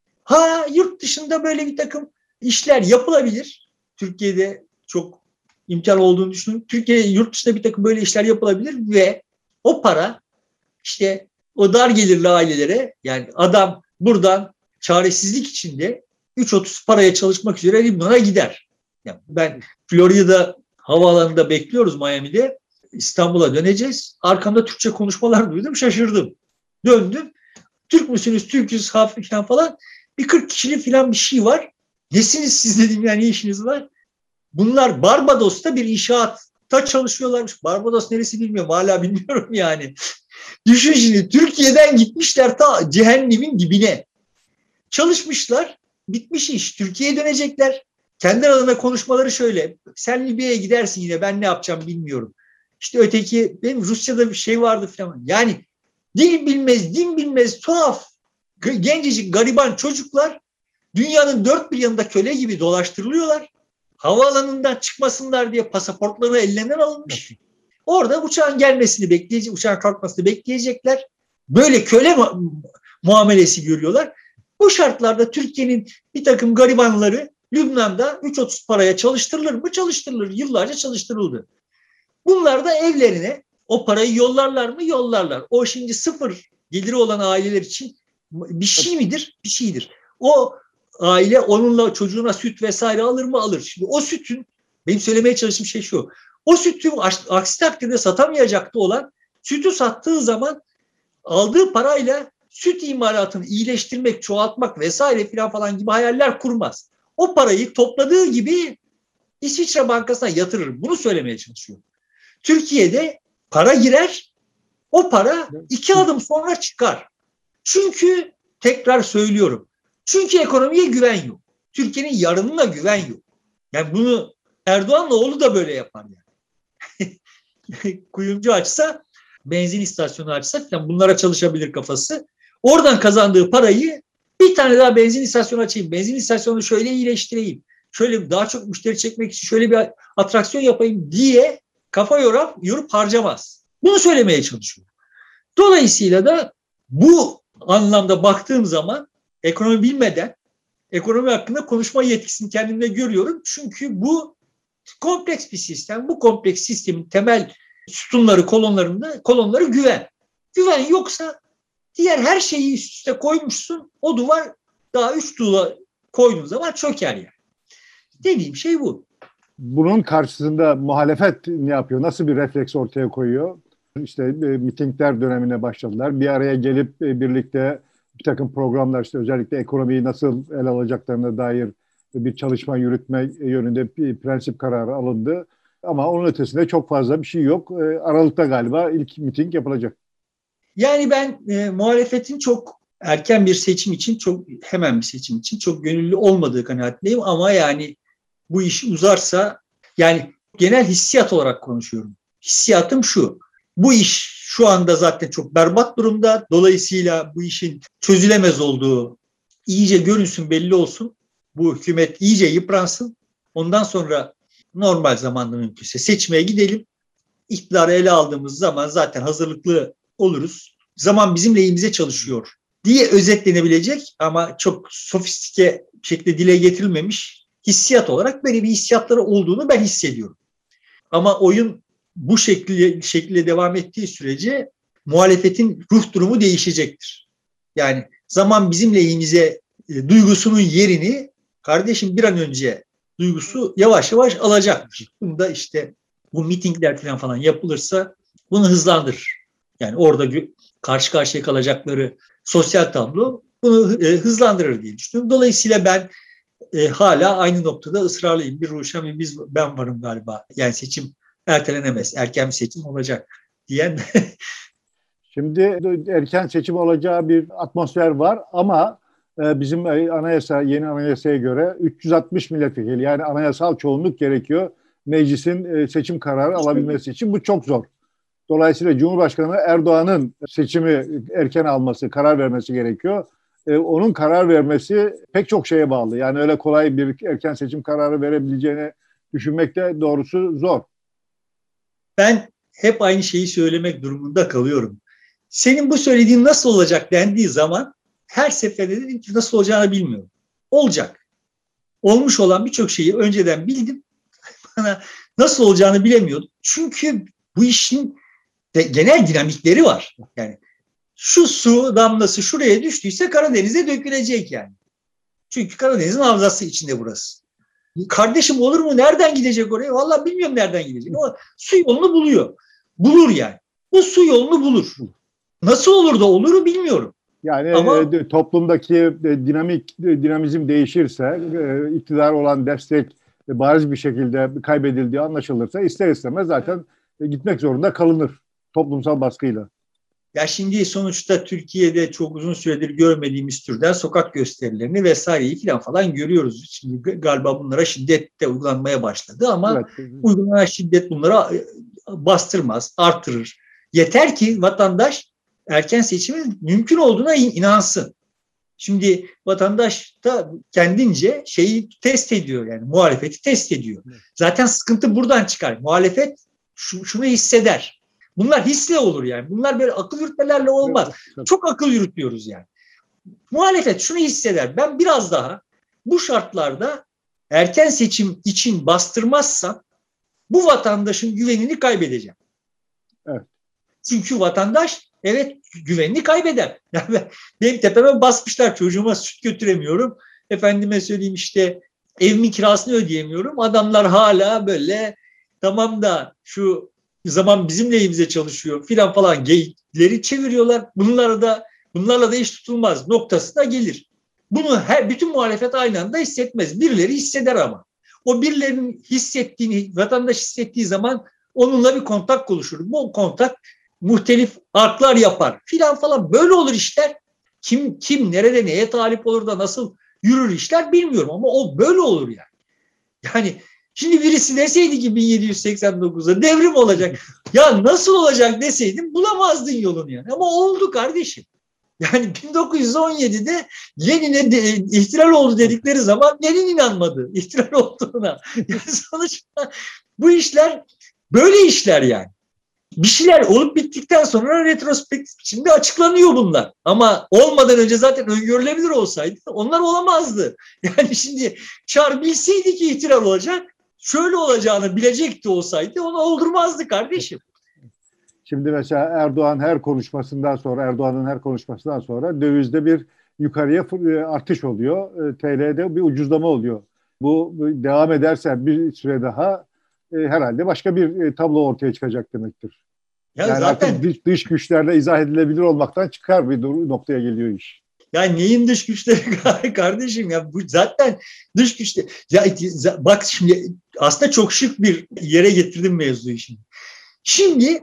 Yurt dışında böyle bir takım işler yapılabilir. Türkiye'de çok imkan olduğunu düşünüyorum. Türkiye yurt dışında bir takım böyle işler yapılabilir ve o para işte o dar gelirli ailelere, yani adam buradan çaresizlik içinde 3.30 paraya çalışmak üzere Lübnan'a gider. Yani ben Florida havaalanında bekliyoruz Miami'de. İstanbul'a döneceğiz. Arkamda Türkçe konuşmalar duydum, şaşırdım. Döndüm. Türk müsünüz, Türk'üz falan. Bir 40 kişilik falan bir şey var. Nesiniz siz dedim, yani ne işiniz var? Bunlar Barbados'ta bir inşaatta çalışıyorlarmış. Barbados neresi bilmiyorum. Hala bilmiyorum yani. Düşün şimdi, Türkiye'den gitmişler ta cehennemin dibine. Çalışmışlar. Bitmiş iş. Türkiye'ye dönecekler. Kendi aralarında konuşmaları şöyle. Sen Libya'ya gidersin yine, ben ne yapacağım bilmiyorum. İşte öteki, benim Rusya'da bir şey vardı falan. Yani dil bilmez, din bilmez, tuhaf, gencecik, gariban çocuklar dünyanın dört bir yanında köle gibi dolaştırılıyorlar. Havaalanından çıkmasınlar diye pasaportları ellerinden alınmış. Orada uçağın gelmesini bekleyecek, uçağın kalkmasını bekleyecekler. Böyle köle muamelesi görüyorlar. Bu şartlarda Türkiye'nin bir takım garibanları Lübnan'da 3.30 paraya çalıştırılır mı? Çalıştırılır. Yıllarca çalıştırıldı. Bunlar da evlerine o parayı yollarlar mı? Yollarlar. O şimdi sıfır geliri olan aileler için bir şey midir? Bir şeydir. O aile onunla çocuğuna süt vesaire alır mı? Alır. Şimdi o sütün, benim söylemeye çalıştığım şey şu. O sütü aksi takdirde satamayacaktı olan, sütü sattığı zaman aldığı parayla süt imalatını iyileştirmek, çoğaltmak vesaire falan gibi hayaller kurmaz. O parayı topladığı gibi İsviçre Bankası'na yatırır. Bunu söylemeye çalışıyorum. Türkiye'de para girer, o para 2 adım sonra çıkar. Çünkü tekrar söylüyorum. Çünkü ekonomiye güven yok. Türkiye'nin yarınına güven yok. Yani bunu Erdoğan'la oğlu da böyle yapar yani. Kuyumcu açsa, benzin istasyonu açsa falan bunlara çalışabilir kafası. Oradan kazandığı parayı bir tane daha benzin istasyonu açayım, benzin istasyonunu şöyle iyileştireyim, şöyle daha çok müşteri çekmek için şöyle bir atraksiyon yapayım diye kafa yorup harcamaz. Bunu söylemeye çalışıyorum. Dolayısıyla da bu anlamda baktığım zaman ekonomi bilmeden ekonomi hakkında konuşma yetkisini kendimde görüyorum. Çünkü bu kompleks bir sistem. Bu kompleks sistemin temel sütunları, kolonları güven. Güven yoksa diğer her şeyi üst üste koymuşsun. O duvar daha 3 tuğla koyduğun zaman çöker yani. Dediğim şey bu. Bunun karşısında muhalefet ne yapıyor? Nasıl bir refleks ortaya koyuyor? İşte mitingler dönemine başladılar. Bir araya gelip birlikte bir takım programlar, işte özellikle ekonomiyi nasıl ele alacaklarına dair bir çalışma yürütme yönünde bir prensip kararı alındı. Ama onun ötesinde çok fazla bir şey yok. Aralıkta galiba ilk miting yapılacak. Yani ben muhalefetin çok erken bir seçim için, hemen bir seçim için çok gönüllü olmadığı kanaatindeyim. Ama yani bu iş uzarsa, yani genel hissiyat olarak konuşuyorum. Hissiyatım şu. Bu iş şu anda zaten çok berbat durumda. Dolayısıyla bu işin çözülemez olduğu iyice görünsün, belli olsun. Bu hükümet iyice yıpransın. Ondan sonra normal zamanda mümkünse seçmeye gidelim. İktidarı ele aldığımız zaman zaten hazırlıklı oluruz. Zaman bizim lehimize çalışıyor diye özetlenebilecek ama çok sofistike şekilde dile getirilmemiş hissiyat olarak böyle bir hissiyatları olduğunu ben hissediyorum. Ama oyun bu şekilde devam ettiği sürece muhalefetin ruh durumu değişecektir. Yani zaman bizim lehimize duygusunun yerini kardeşim bir an önce duygusu yavaş yavaş alacaktır. Bunu da işte bu mitingler falan yapılırsa bunu hızlandırır. Yani orada karşı karşıya kalacakları sosyal tablo bunu hızlandırır diye düşünüyorum. Dolayısıyla ben hala aynı noktada ısrarlıyım. Bir Ruşen ve ben varım galiba. Yani seçim ertelenemez. Erken bir seçim olacak diyen. Şimdi erken seçim olacağı bir atmosfer var ama bizim yeni anayasaya göre 360 milletvekili yani anayasal çoğunluk gerekiyor meclisin seçim kararı alabilmesi için. Bu çok zor. Dolayısıyla Cumhurbaşkanı Erdoğan'ın seçimi erken alması, karar vermesi gerekiyor. Onun karar vermesi pek çok şeye bağlı. Yani öyle kolay bir erken seçim kararı verebileceğini düşünmek de doğrusu zor. Ben hep aynı şeyi söylemek durumunda kalıyorum. Senin bu söylediğin nasıl olacak dendiği zaman her seferinde dedim ki nasıl olacağını bilmiyorum. Olacak. Olmuş olan birçok şeyi önceden bildim. Bana nasıl olacağını bilemiyordum. Çünkü bu işin genel dinamikleri var. Yani şu su damlası şuraya düştüyse Karadeniz'e dökülecek yani. Çünkü Karadeniz'in havzası içinde burası. Kardeşim olur mu? Nereden gidecek oraya? Vallahi bilmiyorum nereden gidecek. Ama su yolunu buluyor. Bulur yani. Bu su yolunu bulur. Nasıl olur da oluru bilmiyorum. Yani ama toplumdaki dinamizm değişirse, iktidar olan destek bariz bir şekilde kaybedildiği anlaşılırsa ister istemez zaten gitmek zorunda kalınır toplumsal baskıyla. Ya şimdi sonuçta Türkiye'de çok uzun süredir görmediğimiz türden sokak gösterilerini vesaireyi falan görüyoruz. Şimdi galiba bunlara şiddet de uygulanmaya başladı ama evet, uygulanan şiddet bunlara bastırmaz, artırır. Yeter ki vatandaş erken seçimin mümkün olduğuna inansın. Şimdi vatandaş da kendince şeyi test ediyor yani muhalefeti test ediyor. Zaten sıkıntı buradan çıkar. Muhalefet şunu hisseder. Bunlar hisle olur yani. Bunlar böyle akıl yürütmelerle olmaz. Çok akıl yürütüyoruz yani. Muhalefet şunu hisseder. Ben biraz daha bu şartlarda erken seçim için bastırmazsam bu vatandaşın güvenini kaybedeceğim. Evet. Çünkü vatandaş evet güvenini kaybeder. Yani benim tepeme basmışlar, çocuğuma süt götüremiyorum. Efendime söyleyeyim işte evimin kirasını ödeyemiyorum. Adamlar hala böyle tamam da şu zaman bizim lehimize çalışıyor falan geyikleri çeviriyorlar. Bunlarla da iş tutulmaz noktasına gelir. Bunu bütün muhalefet aynı anda hissetmez. Birileri hisseder ama. O birilerinin hissettiğini, vatandaş hissettiği zaman onunla bir kontak oluşur. Bu kontak muhtelif artlar yapar falan. Böyle olur işler. Kim nerede neye talip olur da nasıl yürür işler bilmiyorum ama o böyle olur yani. Yani şimdi birisi deseydi ki 1789'da devrim olacak. Ya nasıl olacak deseydim bulamazdın yolunu yani. Ama oldu kardeşim. Yani 1917'de Lenin'e ihtilal oldu dedikleri zaman Lenin inanmadı ihtilal olduğuna. Yani sonuçta bu işler böyle işler yani. Bir şeyler olup bittikten sonra retrospektif biçimde açıklanıyor bunlar. Ama olmadan önce zaten öngörülebilir olsaydı onlar olamazdı. Yani şimdi Çar bilseydi ki ihtilal olacak, şöyle olacağını bilecekti olsaydı onu oldurmazdı kardeşim. Şimdi mesela Erdoğan'ın her konuşmasından sonra dövizde bir yukarıya artış oluyor. TL'de bir ucuzlama oluyor. Bu devam ederse bir süre daha herhalde başka bir tablo ortaya çıkacak demektir. Ya yani zaten artık dış güçlerle izah edilebilir olmaktan çıkar bir noktaya geliyor iş. Ya neyin dış güçleri kardeşim ya bu zaten dış güçler. Ya bak şimdi aslında çok şık bir yere getirdim mevzuyu şimdi. Şimdi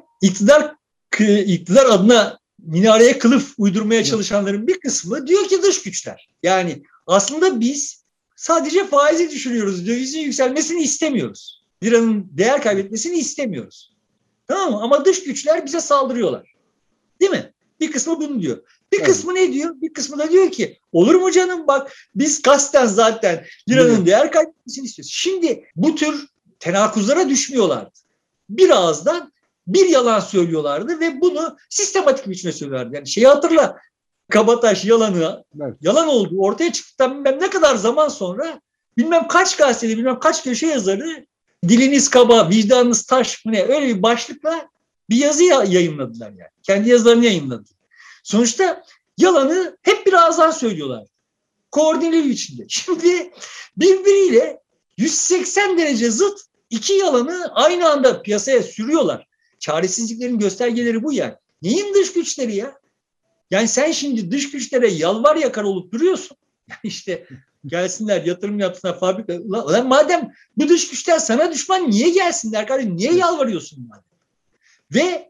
iktidar adına minareye kılıf uydurmaya çalışanların bir kısmı diyor ki dış güçler. Yani aslında biz sadece faizi düşünüyoruz. Dövizin yükselmesini istemiyoruz. Liranın değer kaybetmesini istemiyoruz. Tamam mı? Ama dış güçler bize saldırıyorlar. Değil mi? Bir kısmı bunu diyor. Bir kısmı ne diyor? Bir kısmı da diyor ki olur mu canım, bak biz kasten zaten liranın değer kaybetmesini istiyoruz. Şimdi bu tür tenakuzlara düşmüyorlardı. Bir ağızdan bir yalan söylüyorlardı ve bunu sistematik biçimde söylüyorlardı. Yani şeyi hatırla, Kabataş yalanı, yalan olduğu ortaya çıktıktan bilmem ne kadar zaman sonra bilmem kaç gazetede, bilmem kaç köşe yazarı diliniz kaba, vicdanınız taş mı ne, öyle bir başlıkla bir yazı yayınladılar yani. Kendi yazılarını yayınladılar. Sonuçta yalanı hep bir ağızdan söylüyorlar. Koordineli biçimde. Şimdi birbiriyle 180 derece zıt iki yalanı aynı anda piyasaya sürüyorlar. Çaresizliklerin göstergeleri bu yani. Neyin dış güçleri ya? Yani sen şimdi dış güçlere yalvar yakar olup duruyorsun. Yani işte gelsinler, yatırım yapsınlar, fabrika. Ulan madem bu dış güçler sana düşman, niye gelsinler kardeşim? Niye yalvarıyorsun madem? Ve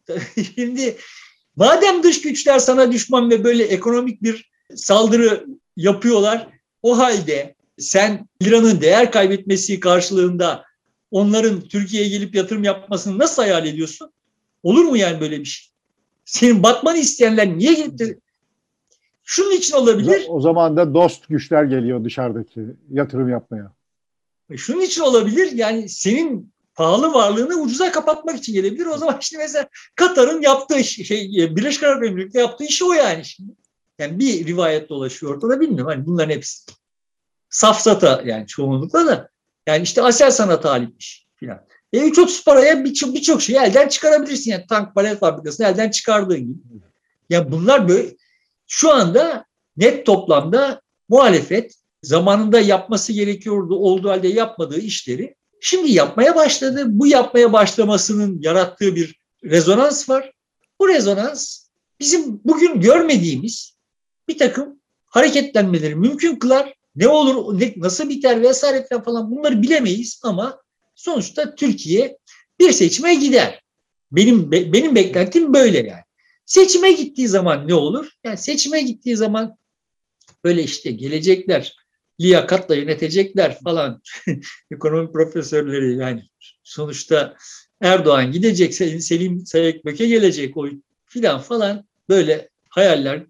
şimdi madem dış güçler sana düşman ve böyle ekonomik bir saldırı yapıyorlar, o halde sen liranın değer kaybetmesi karşılığında onların Türkiye'ye gelip yatırım yapmasını nasıl hayal ediyorsun? Olur mu yani böyle bir şey? Senin batmanı isteyenler niye gelip de... Şunun için olabilir. O zaman da dost güçler geliyor dışarıdaki yatırım yapmaya. Şunun için olabilir. Yani senin pahalı varlığını ucuza kapatmak için gelebilir. O zaman işte mesela Katar'ın yaptığı Birleşik Arap Emirlikleri yaptığı iş o yani şimdi. Yani bir rivayet dolaşıyor ortada, bilmiyorum. Hani bunların hepsi safsata yani çoğunlukla da. Yani işte Aselsan'a talipmiş filan. 330 paraya birçok şeyi elden çıkarabilirsin. Yani tank palet fabrikasını elden çıkardığın gibi. Ya bunlar böyle şu anda net toplamda muhalefet zamanında yapması gerekiyordu, olduğu halde yapmadığı işleri şimdi yapmaya başladı. Bu yapmaya başlamasının yarattığı bir rezonans var. Bu rezonans bizim bugün görmediğimiz bir takım hareketlenmeleri mümkün kılar. Ne olur, nasıl biter vesaire falan bunları bilemeyiz ama sonuçta Türkiye bir seçime gider. Benim beklentim böyle yani. Seçime gittiği zaman ne olur? Yani seçime gittiği zaman böyle işte gelecekler, liyakatla yönetecekler falan. Ekonomi profesörleri yani sonuçta Erdoğan gidecek, Selim Sayekböke gelecek o filan falan böyle hayaller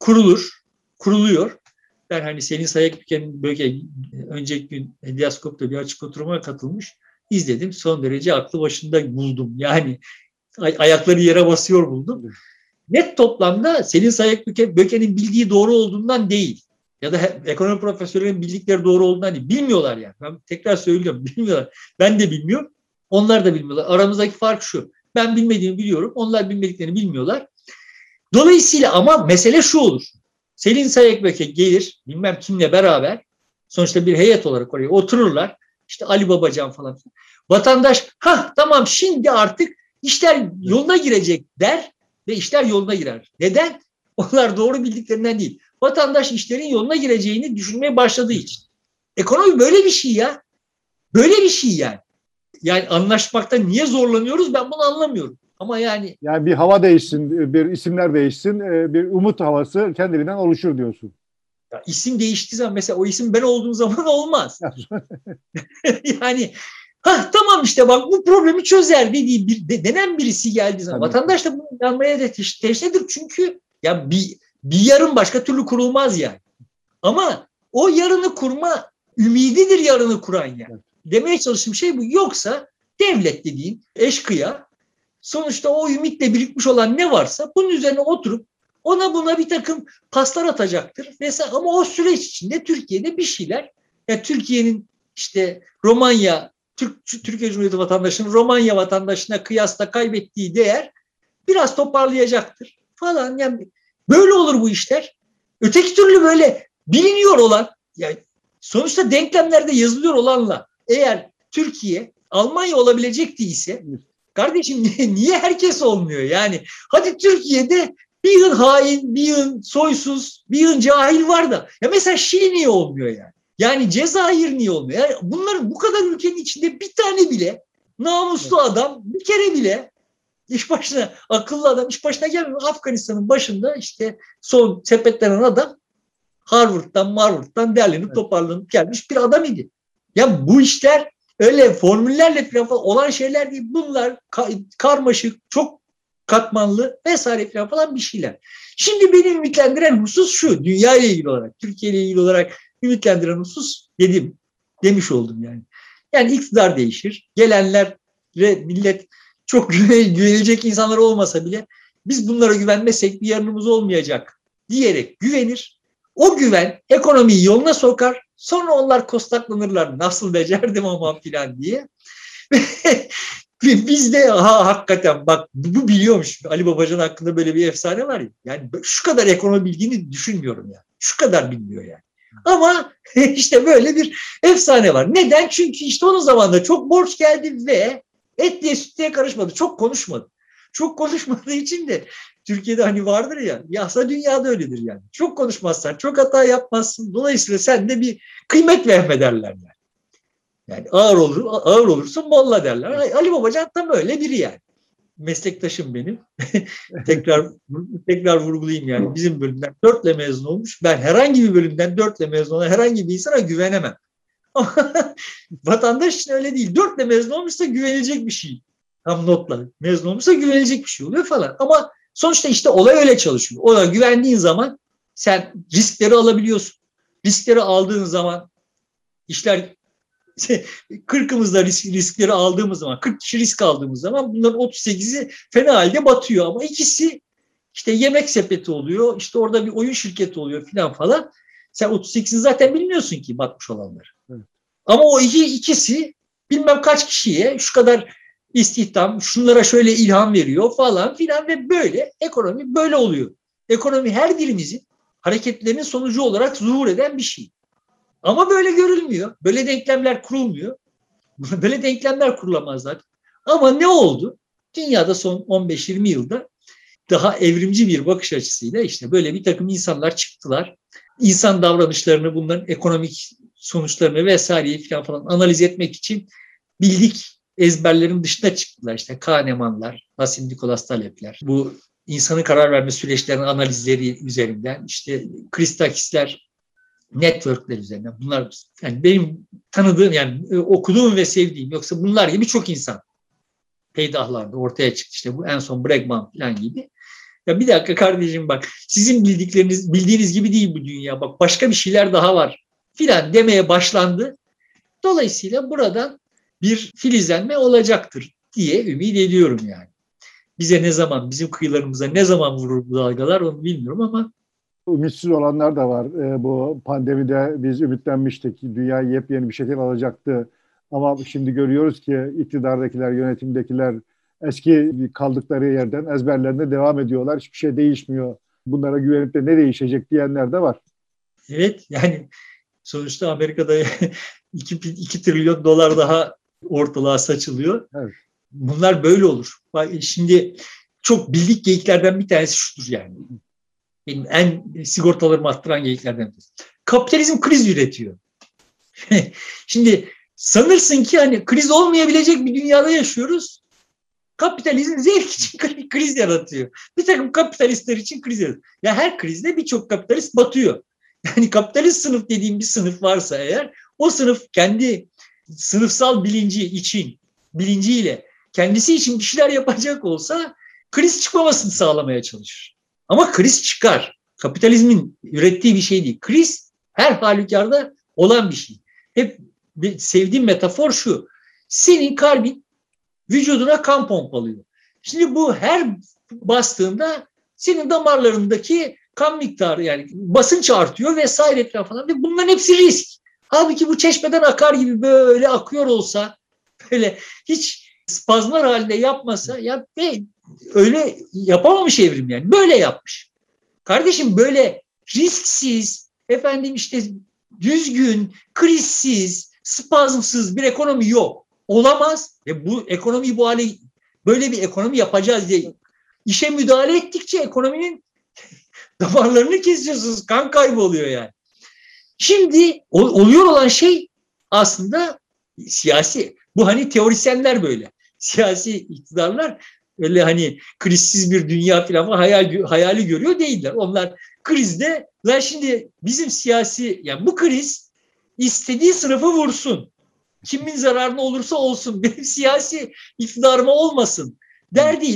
kuruluyor. Ben hani Selim Sayekböke'nin böyle önceki gün Edyaskop'ta bir açık oturuma katılmış. İzledim. Son derece aklı başında buldum. Yani ayakları yere basıyor buldum. Net toplamda Selin Sayekböke'nin bildiği doğru olduğundan değil. Ya da ekonomi profesörlerinin bildikleri doğru olduğundan değil. Bilmiyorlar yani. Ben tekrar söylüyorum. Bilmiyorlar. Ben de bilmiyorum. Onlar da bilmiyorlar. Aramızdaki fark şu. Ben bilmediğimi biliyorum. Onlar bilmediklerini bilmiyorlar. Dolayısıyla ama mesele şu olur. Selin Sayekböke gelir. Bilmem kimle beraber. Sonuçta bir heyet olarak oraya otururlar. İşte Ali Babacan falan. Vatandaş tamam şimdi artık işler yoluna girecek der. Ve işler yoluna girer. Neden? Onlar doğru bildiklerinden değil. Vatandaş işlerin yoluna gireceğini düşünmeye başladığı için. Ekonomi böyle bir şey ya. Böyle bir şey yani. Yani anlaşmakta niye zorlanıyoruz ben bunu anlamıyorum. Ama yani bir hava değişsin, bir isimler değişsin, bir umut havası kendiliğinden oluşur diyorsun. Ya isim değiştiği zaman mesela o isim ben olduğum zaman olmaz. Yani tamam işte bak bu problemi çözer dediği denen birisi geldiği zaman vatandaş da bunu inanmaya teşnedir çünkü ya bir yarın başka türlü kurulmaz yani. Ama o yarını kurma ümididir yarını kuran yani. Evet. Demeye çalıştığım şey bu. Yoksa devlet dediğin eşkıya sonuçta o ümitle birikmiş olan ne varsa bunun üzerine oturup ona buna bir takım paslar atacaktır. Mesela ama o süreç içinde Türkiye'de bir şeyler yani Türkiye'nin işte Türkiye Cumhuriyeti vatandaşının Romanya vatandaşına kıyasla kaybettiği değer biraz toparlayacaktır falan. Yani böyle olur bu işler. Öteki türlü böyle biliniyor olan yani sonuçta denklemlerde yazılıyor olanla eğer Türkiye Almanya olabilecek değilse kardeşim niye herkes olmuyor? Yani hadi Türkiye'de bir yığın hain, bir yığın soysuz, bir yığın cahil var da ya mesela Şili niye olmuyor yani? Yani Cezayir niye olmuyor? Yani bunların bu kadar ülkenin içinde bir tane bile namuslu adam bir kere bile akıllı adam iş başına gelmiyor. Afganistan'ın başında işte son sepetlenen adam Harvard'dan derlenip toparlanıp gelmiş bir adam idi. Ya bu işler öyle formüllerle falan olan şeyler değil. Bunlar karmaşık, çok katmanlı vesaire falan bir şeyler. Şimdi beni ümitlendiren husus şu, dünya ile ilgili olarak, Türkiye ile ilgili olarak ümitlendiren husus demiş oldum yani. Yani iktidar değişir, gelenlere millet çok güvenilecek insanlar olmasa bile biz bunlara güvenmezsek bir yarınımız olmayacak diyerek güvenir. O güven ekonomiyi yoluna sokar. Sonra onlar kostaklanırlar. Nasıl becerdim aman filan diye. Biz de hakikaten bak bu biliyormuş. Ali Babacan hakkında böyle bir efsane var ya. Yani şu kadar ekonomi bildiğini düşünmüyorum yani. Şu kadar bilmiyor yani. Ama işte böyle bir efsane var. Neden? Çünkü işte onun zamanında çok borç geldi ve etliye sütlüye karışmadı. Çok konuşmadı. Çok konuşmadığı için de Türkiye'de hani vardır ya, yasa dünyada öyledir yani. Çok konuşmazsan, çok hata yapmazsın. Dolayısıyla sen de bir kıymet vehmederler yani. Yani ağır olursun molla derler. Ali Babacan tam öyle biri yani. Meslektaşım benim. tekrar vurgulayayım yani. Bizim bölümden 4'le mezun olmuş. Ben herhangi bir bölümden 4'le mezun olan herhangi bir insana güvenemem. Vatandaş için öyle değil. 4'le mezun olmuşsa güvenilecek bir şey. Tam notla mezun olmuşsa güvenilecek bir şey oluyor falan. Ama sonuçta işte olay öyle çalışıyor. Ona güvendiğin zaman sen riskleri alabiliyorsun. Riskleri aldığın zaman işler 40'ımızda riskleri aldığımız zaman, 40 kişi risk aldığımız zaman bunların 38'i fena halde batıyor. Ama ikisi işte yemek sepeti oluyor, işte orada bir oyun şirketi oluyor falan. Sen 38'ini zaten bilmiyorsun ki batmış olanları. Evet. Ama o ikisi bilmem kaç kişiye şu kadar istihdam, şunlara şöyle ilham veriyor falan filan ve böyle ekonomi böyle oluyor. Ekonomi her birimizin hareketlerinin sonucu olarak zuhur eden bir şey. Ama böyle görülmüyor. Böyle denklemler kurulmuyor. Böyle denklemler kurulamaz zaten. Ama ne oldu? Dünyada son 15-20 yılda daha evrimci bir bakış açısıyla işte böyle bir takım insanlar çıktılar. İnsan davranışlarını, bunların ekonomik sonuçlarını vesaireyi falan analiz etmek için bildik ezberlerin dışına çıktılar. İşte Kahnemanlar, Nassim Nicholas Talep'ler, bu insanın karar verme süreçlerinin analizleri üzerinden, işte Christakisler, networkler üzerinden. Bunlar yani benim tanıdığım yani okuduğum ve sevdiğim, yoksa bunlar gibi çok insan peydahlarda ortaya çıktı. İşte bu en son Bregman falan gibi. Ya bir dakika kardeşim bak, sizin bildiğiniz gibi değil bu dünya. Bak başka bir şeyler daha var filan demeye başlandı. Dolayısıyla buradan bir filizlenme olacaktır diye ümit ediyorum yani. Bize ne zaman, bizim kıyılarımıza ne zaman vurur bu dalgalar onu bilmiyorum ama ümitsiz olanlar da var. Bu pandemide biz ümitlenmiştik. Dünya yepyeni bir şekil alacaktı. Ama şimdi görüyoruz ki iktidardakiler, yönetimdekiler eski kaldıkları yerden ezberlerine devam ediyorlar. Hiçbir şey değişmiyor. Bunlara güvenip de ne değişecek diyenler de var. Evet yani sonuçta Amerika'da 2 trilyon dolar daha ortalığa saçılıyor. Evet. Bunlar böyle olur. Şimdi çok bildik geyiklerden bir tanesi şudur yani. Benim en sigortalarımı arttıran geyiklerden birisi. Kapitalizm kriz üretiyor. Şimdi sanırsın ki hani kriz olmayabilecek bir dünyada yaşıyoruz. Kapitalizm zevk için kriz yaratıyor. Bir takım kapitalistler için kriz yaratıyor. Ya her krizde birçok kapitalist batıyor. Yani kapitalist sınıf dediğim bir sınıf varsa eğer, o sınıf kendi sınıfsal bilinciyle kendisi için bir şeyler yapacak olsa kriz çıkmamasını sağlamaya çalışır. Ama kriz çıkar. Kapitalizmin ürettiği bir şey değil. Kriz her halükarda olan bir şey. Hep sevdiğim metafor şu. Senin kalbin vücuduna kan pompalıyor. Şimdi bu her bastığında senin damarlarındaki kan miktarı yani basınç artıyor vesaire falan. Ve bunların hepsi risk. Halbuki bu çeşmeden akar gibi böyle akıyor olsa, böyle hiç spazmlar halinde yapmasa ya öyle yapamamış evrim yani. Böyle yapmış. Kardeşim böyle risksiz, efendim işte düzgün, krizsiz, spazmsız bir ekonomi yok. Olamaz. Bu ekonomiyi bu hale, böyle bir ekonomi yapacağız diye işe müdahale ettikçe ekonominin damarlarını kesiyorsunuz. Kan kaybı oluyor yani. Şimdi oluyor olan şey aslında siyasi. Bu hani teorisyenler böyle. Siyasi iktidarlar öyle hani krizsiz bir dünya falan hayali görüyor değiller. Onlar krizde lan şimdi bizim siyasi yani bu kriz istediği sınıfı vursun. Kimin zararına olursa olsun benim siyasi iktidarıma olmasın derdiyle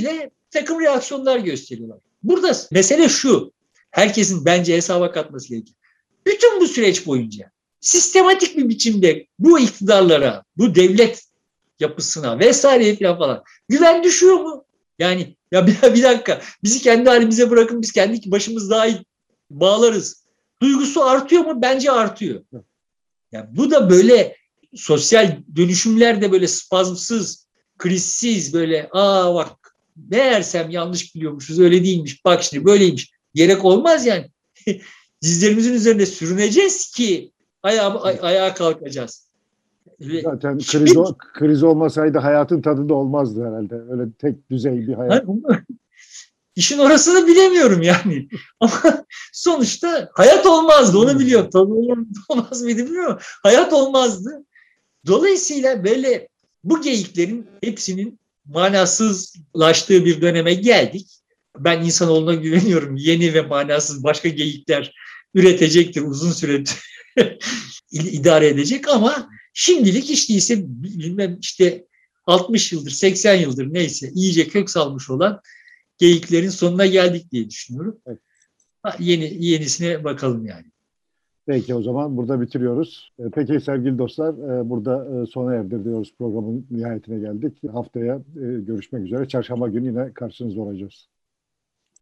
takım reaksiyonlar gösteriyorlar. Burada mesele şu, herkesin bence hesaba katması gerekiyor. Bütün bu süreç boyunca sistematik bir biçimde bu iktidarlara, bu devlet yapısına vesaire falan güven düşüyor mu? Yani ya bir dakika, bizi kendi halimize bırakın, biz kendi başımız daha iyi bağlarız. Duygusu artıyor mu? Bence artıyor. Yani bu da böyle sosyal dönüşümler de böyle spazmsız, krizsiz, böyle bak meğersem yanlış biliyormuşuz, öyle değilmiş, bak şimdi böyleymiş. Gerek olmaz yani. Dizlerimizin üzerinde sürüneceğiz ki ayağa kalkacağız. Zaten kriz olmasaydı hayatın tadı da olmazdı herhalde. Öyle tek düzey bir hayat. İşin orasını bilemiyorum yani. Ama sonuçta hayat olmazdı, onu biliyorum. Tadı olmaz mıydı bilmiyorum. Hayat olmazdı. Dolayısıyla böyle bu geyiklerin hepsinin manasızlaştığı bir döneme geldik. Ben insanoğluna güveniyorum. Yeni ve manasız başka geyikler üretecektir, uzun süre idare edecek, ama şimdilik hiç değilse bilmem işte 60 yıldır, 80 yıldır neyse iyice kök salmış olan geyiklerin sonuna geldik diye düşünüyorum. Evet. Yenisine bakalım yani. Peki, o zaman burada bitiriyoruz. Peki sevgili dostlar, burada sona erdiriyoruz, programın nihayetine geldik. Haftaya görüşmek üzere. Çarşamba günü yine karşınızda olacağız.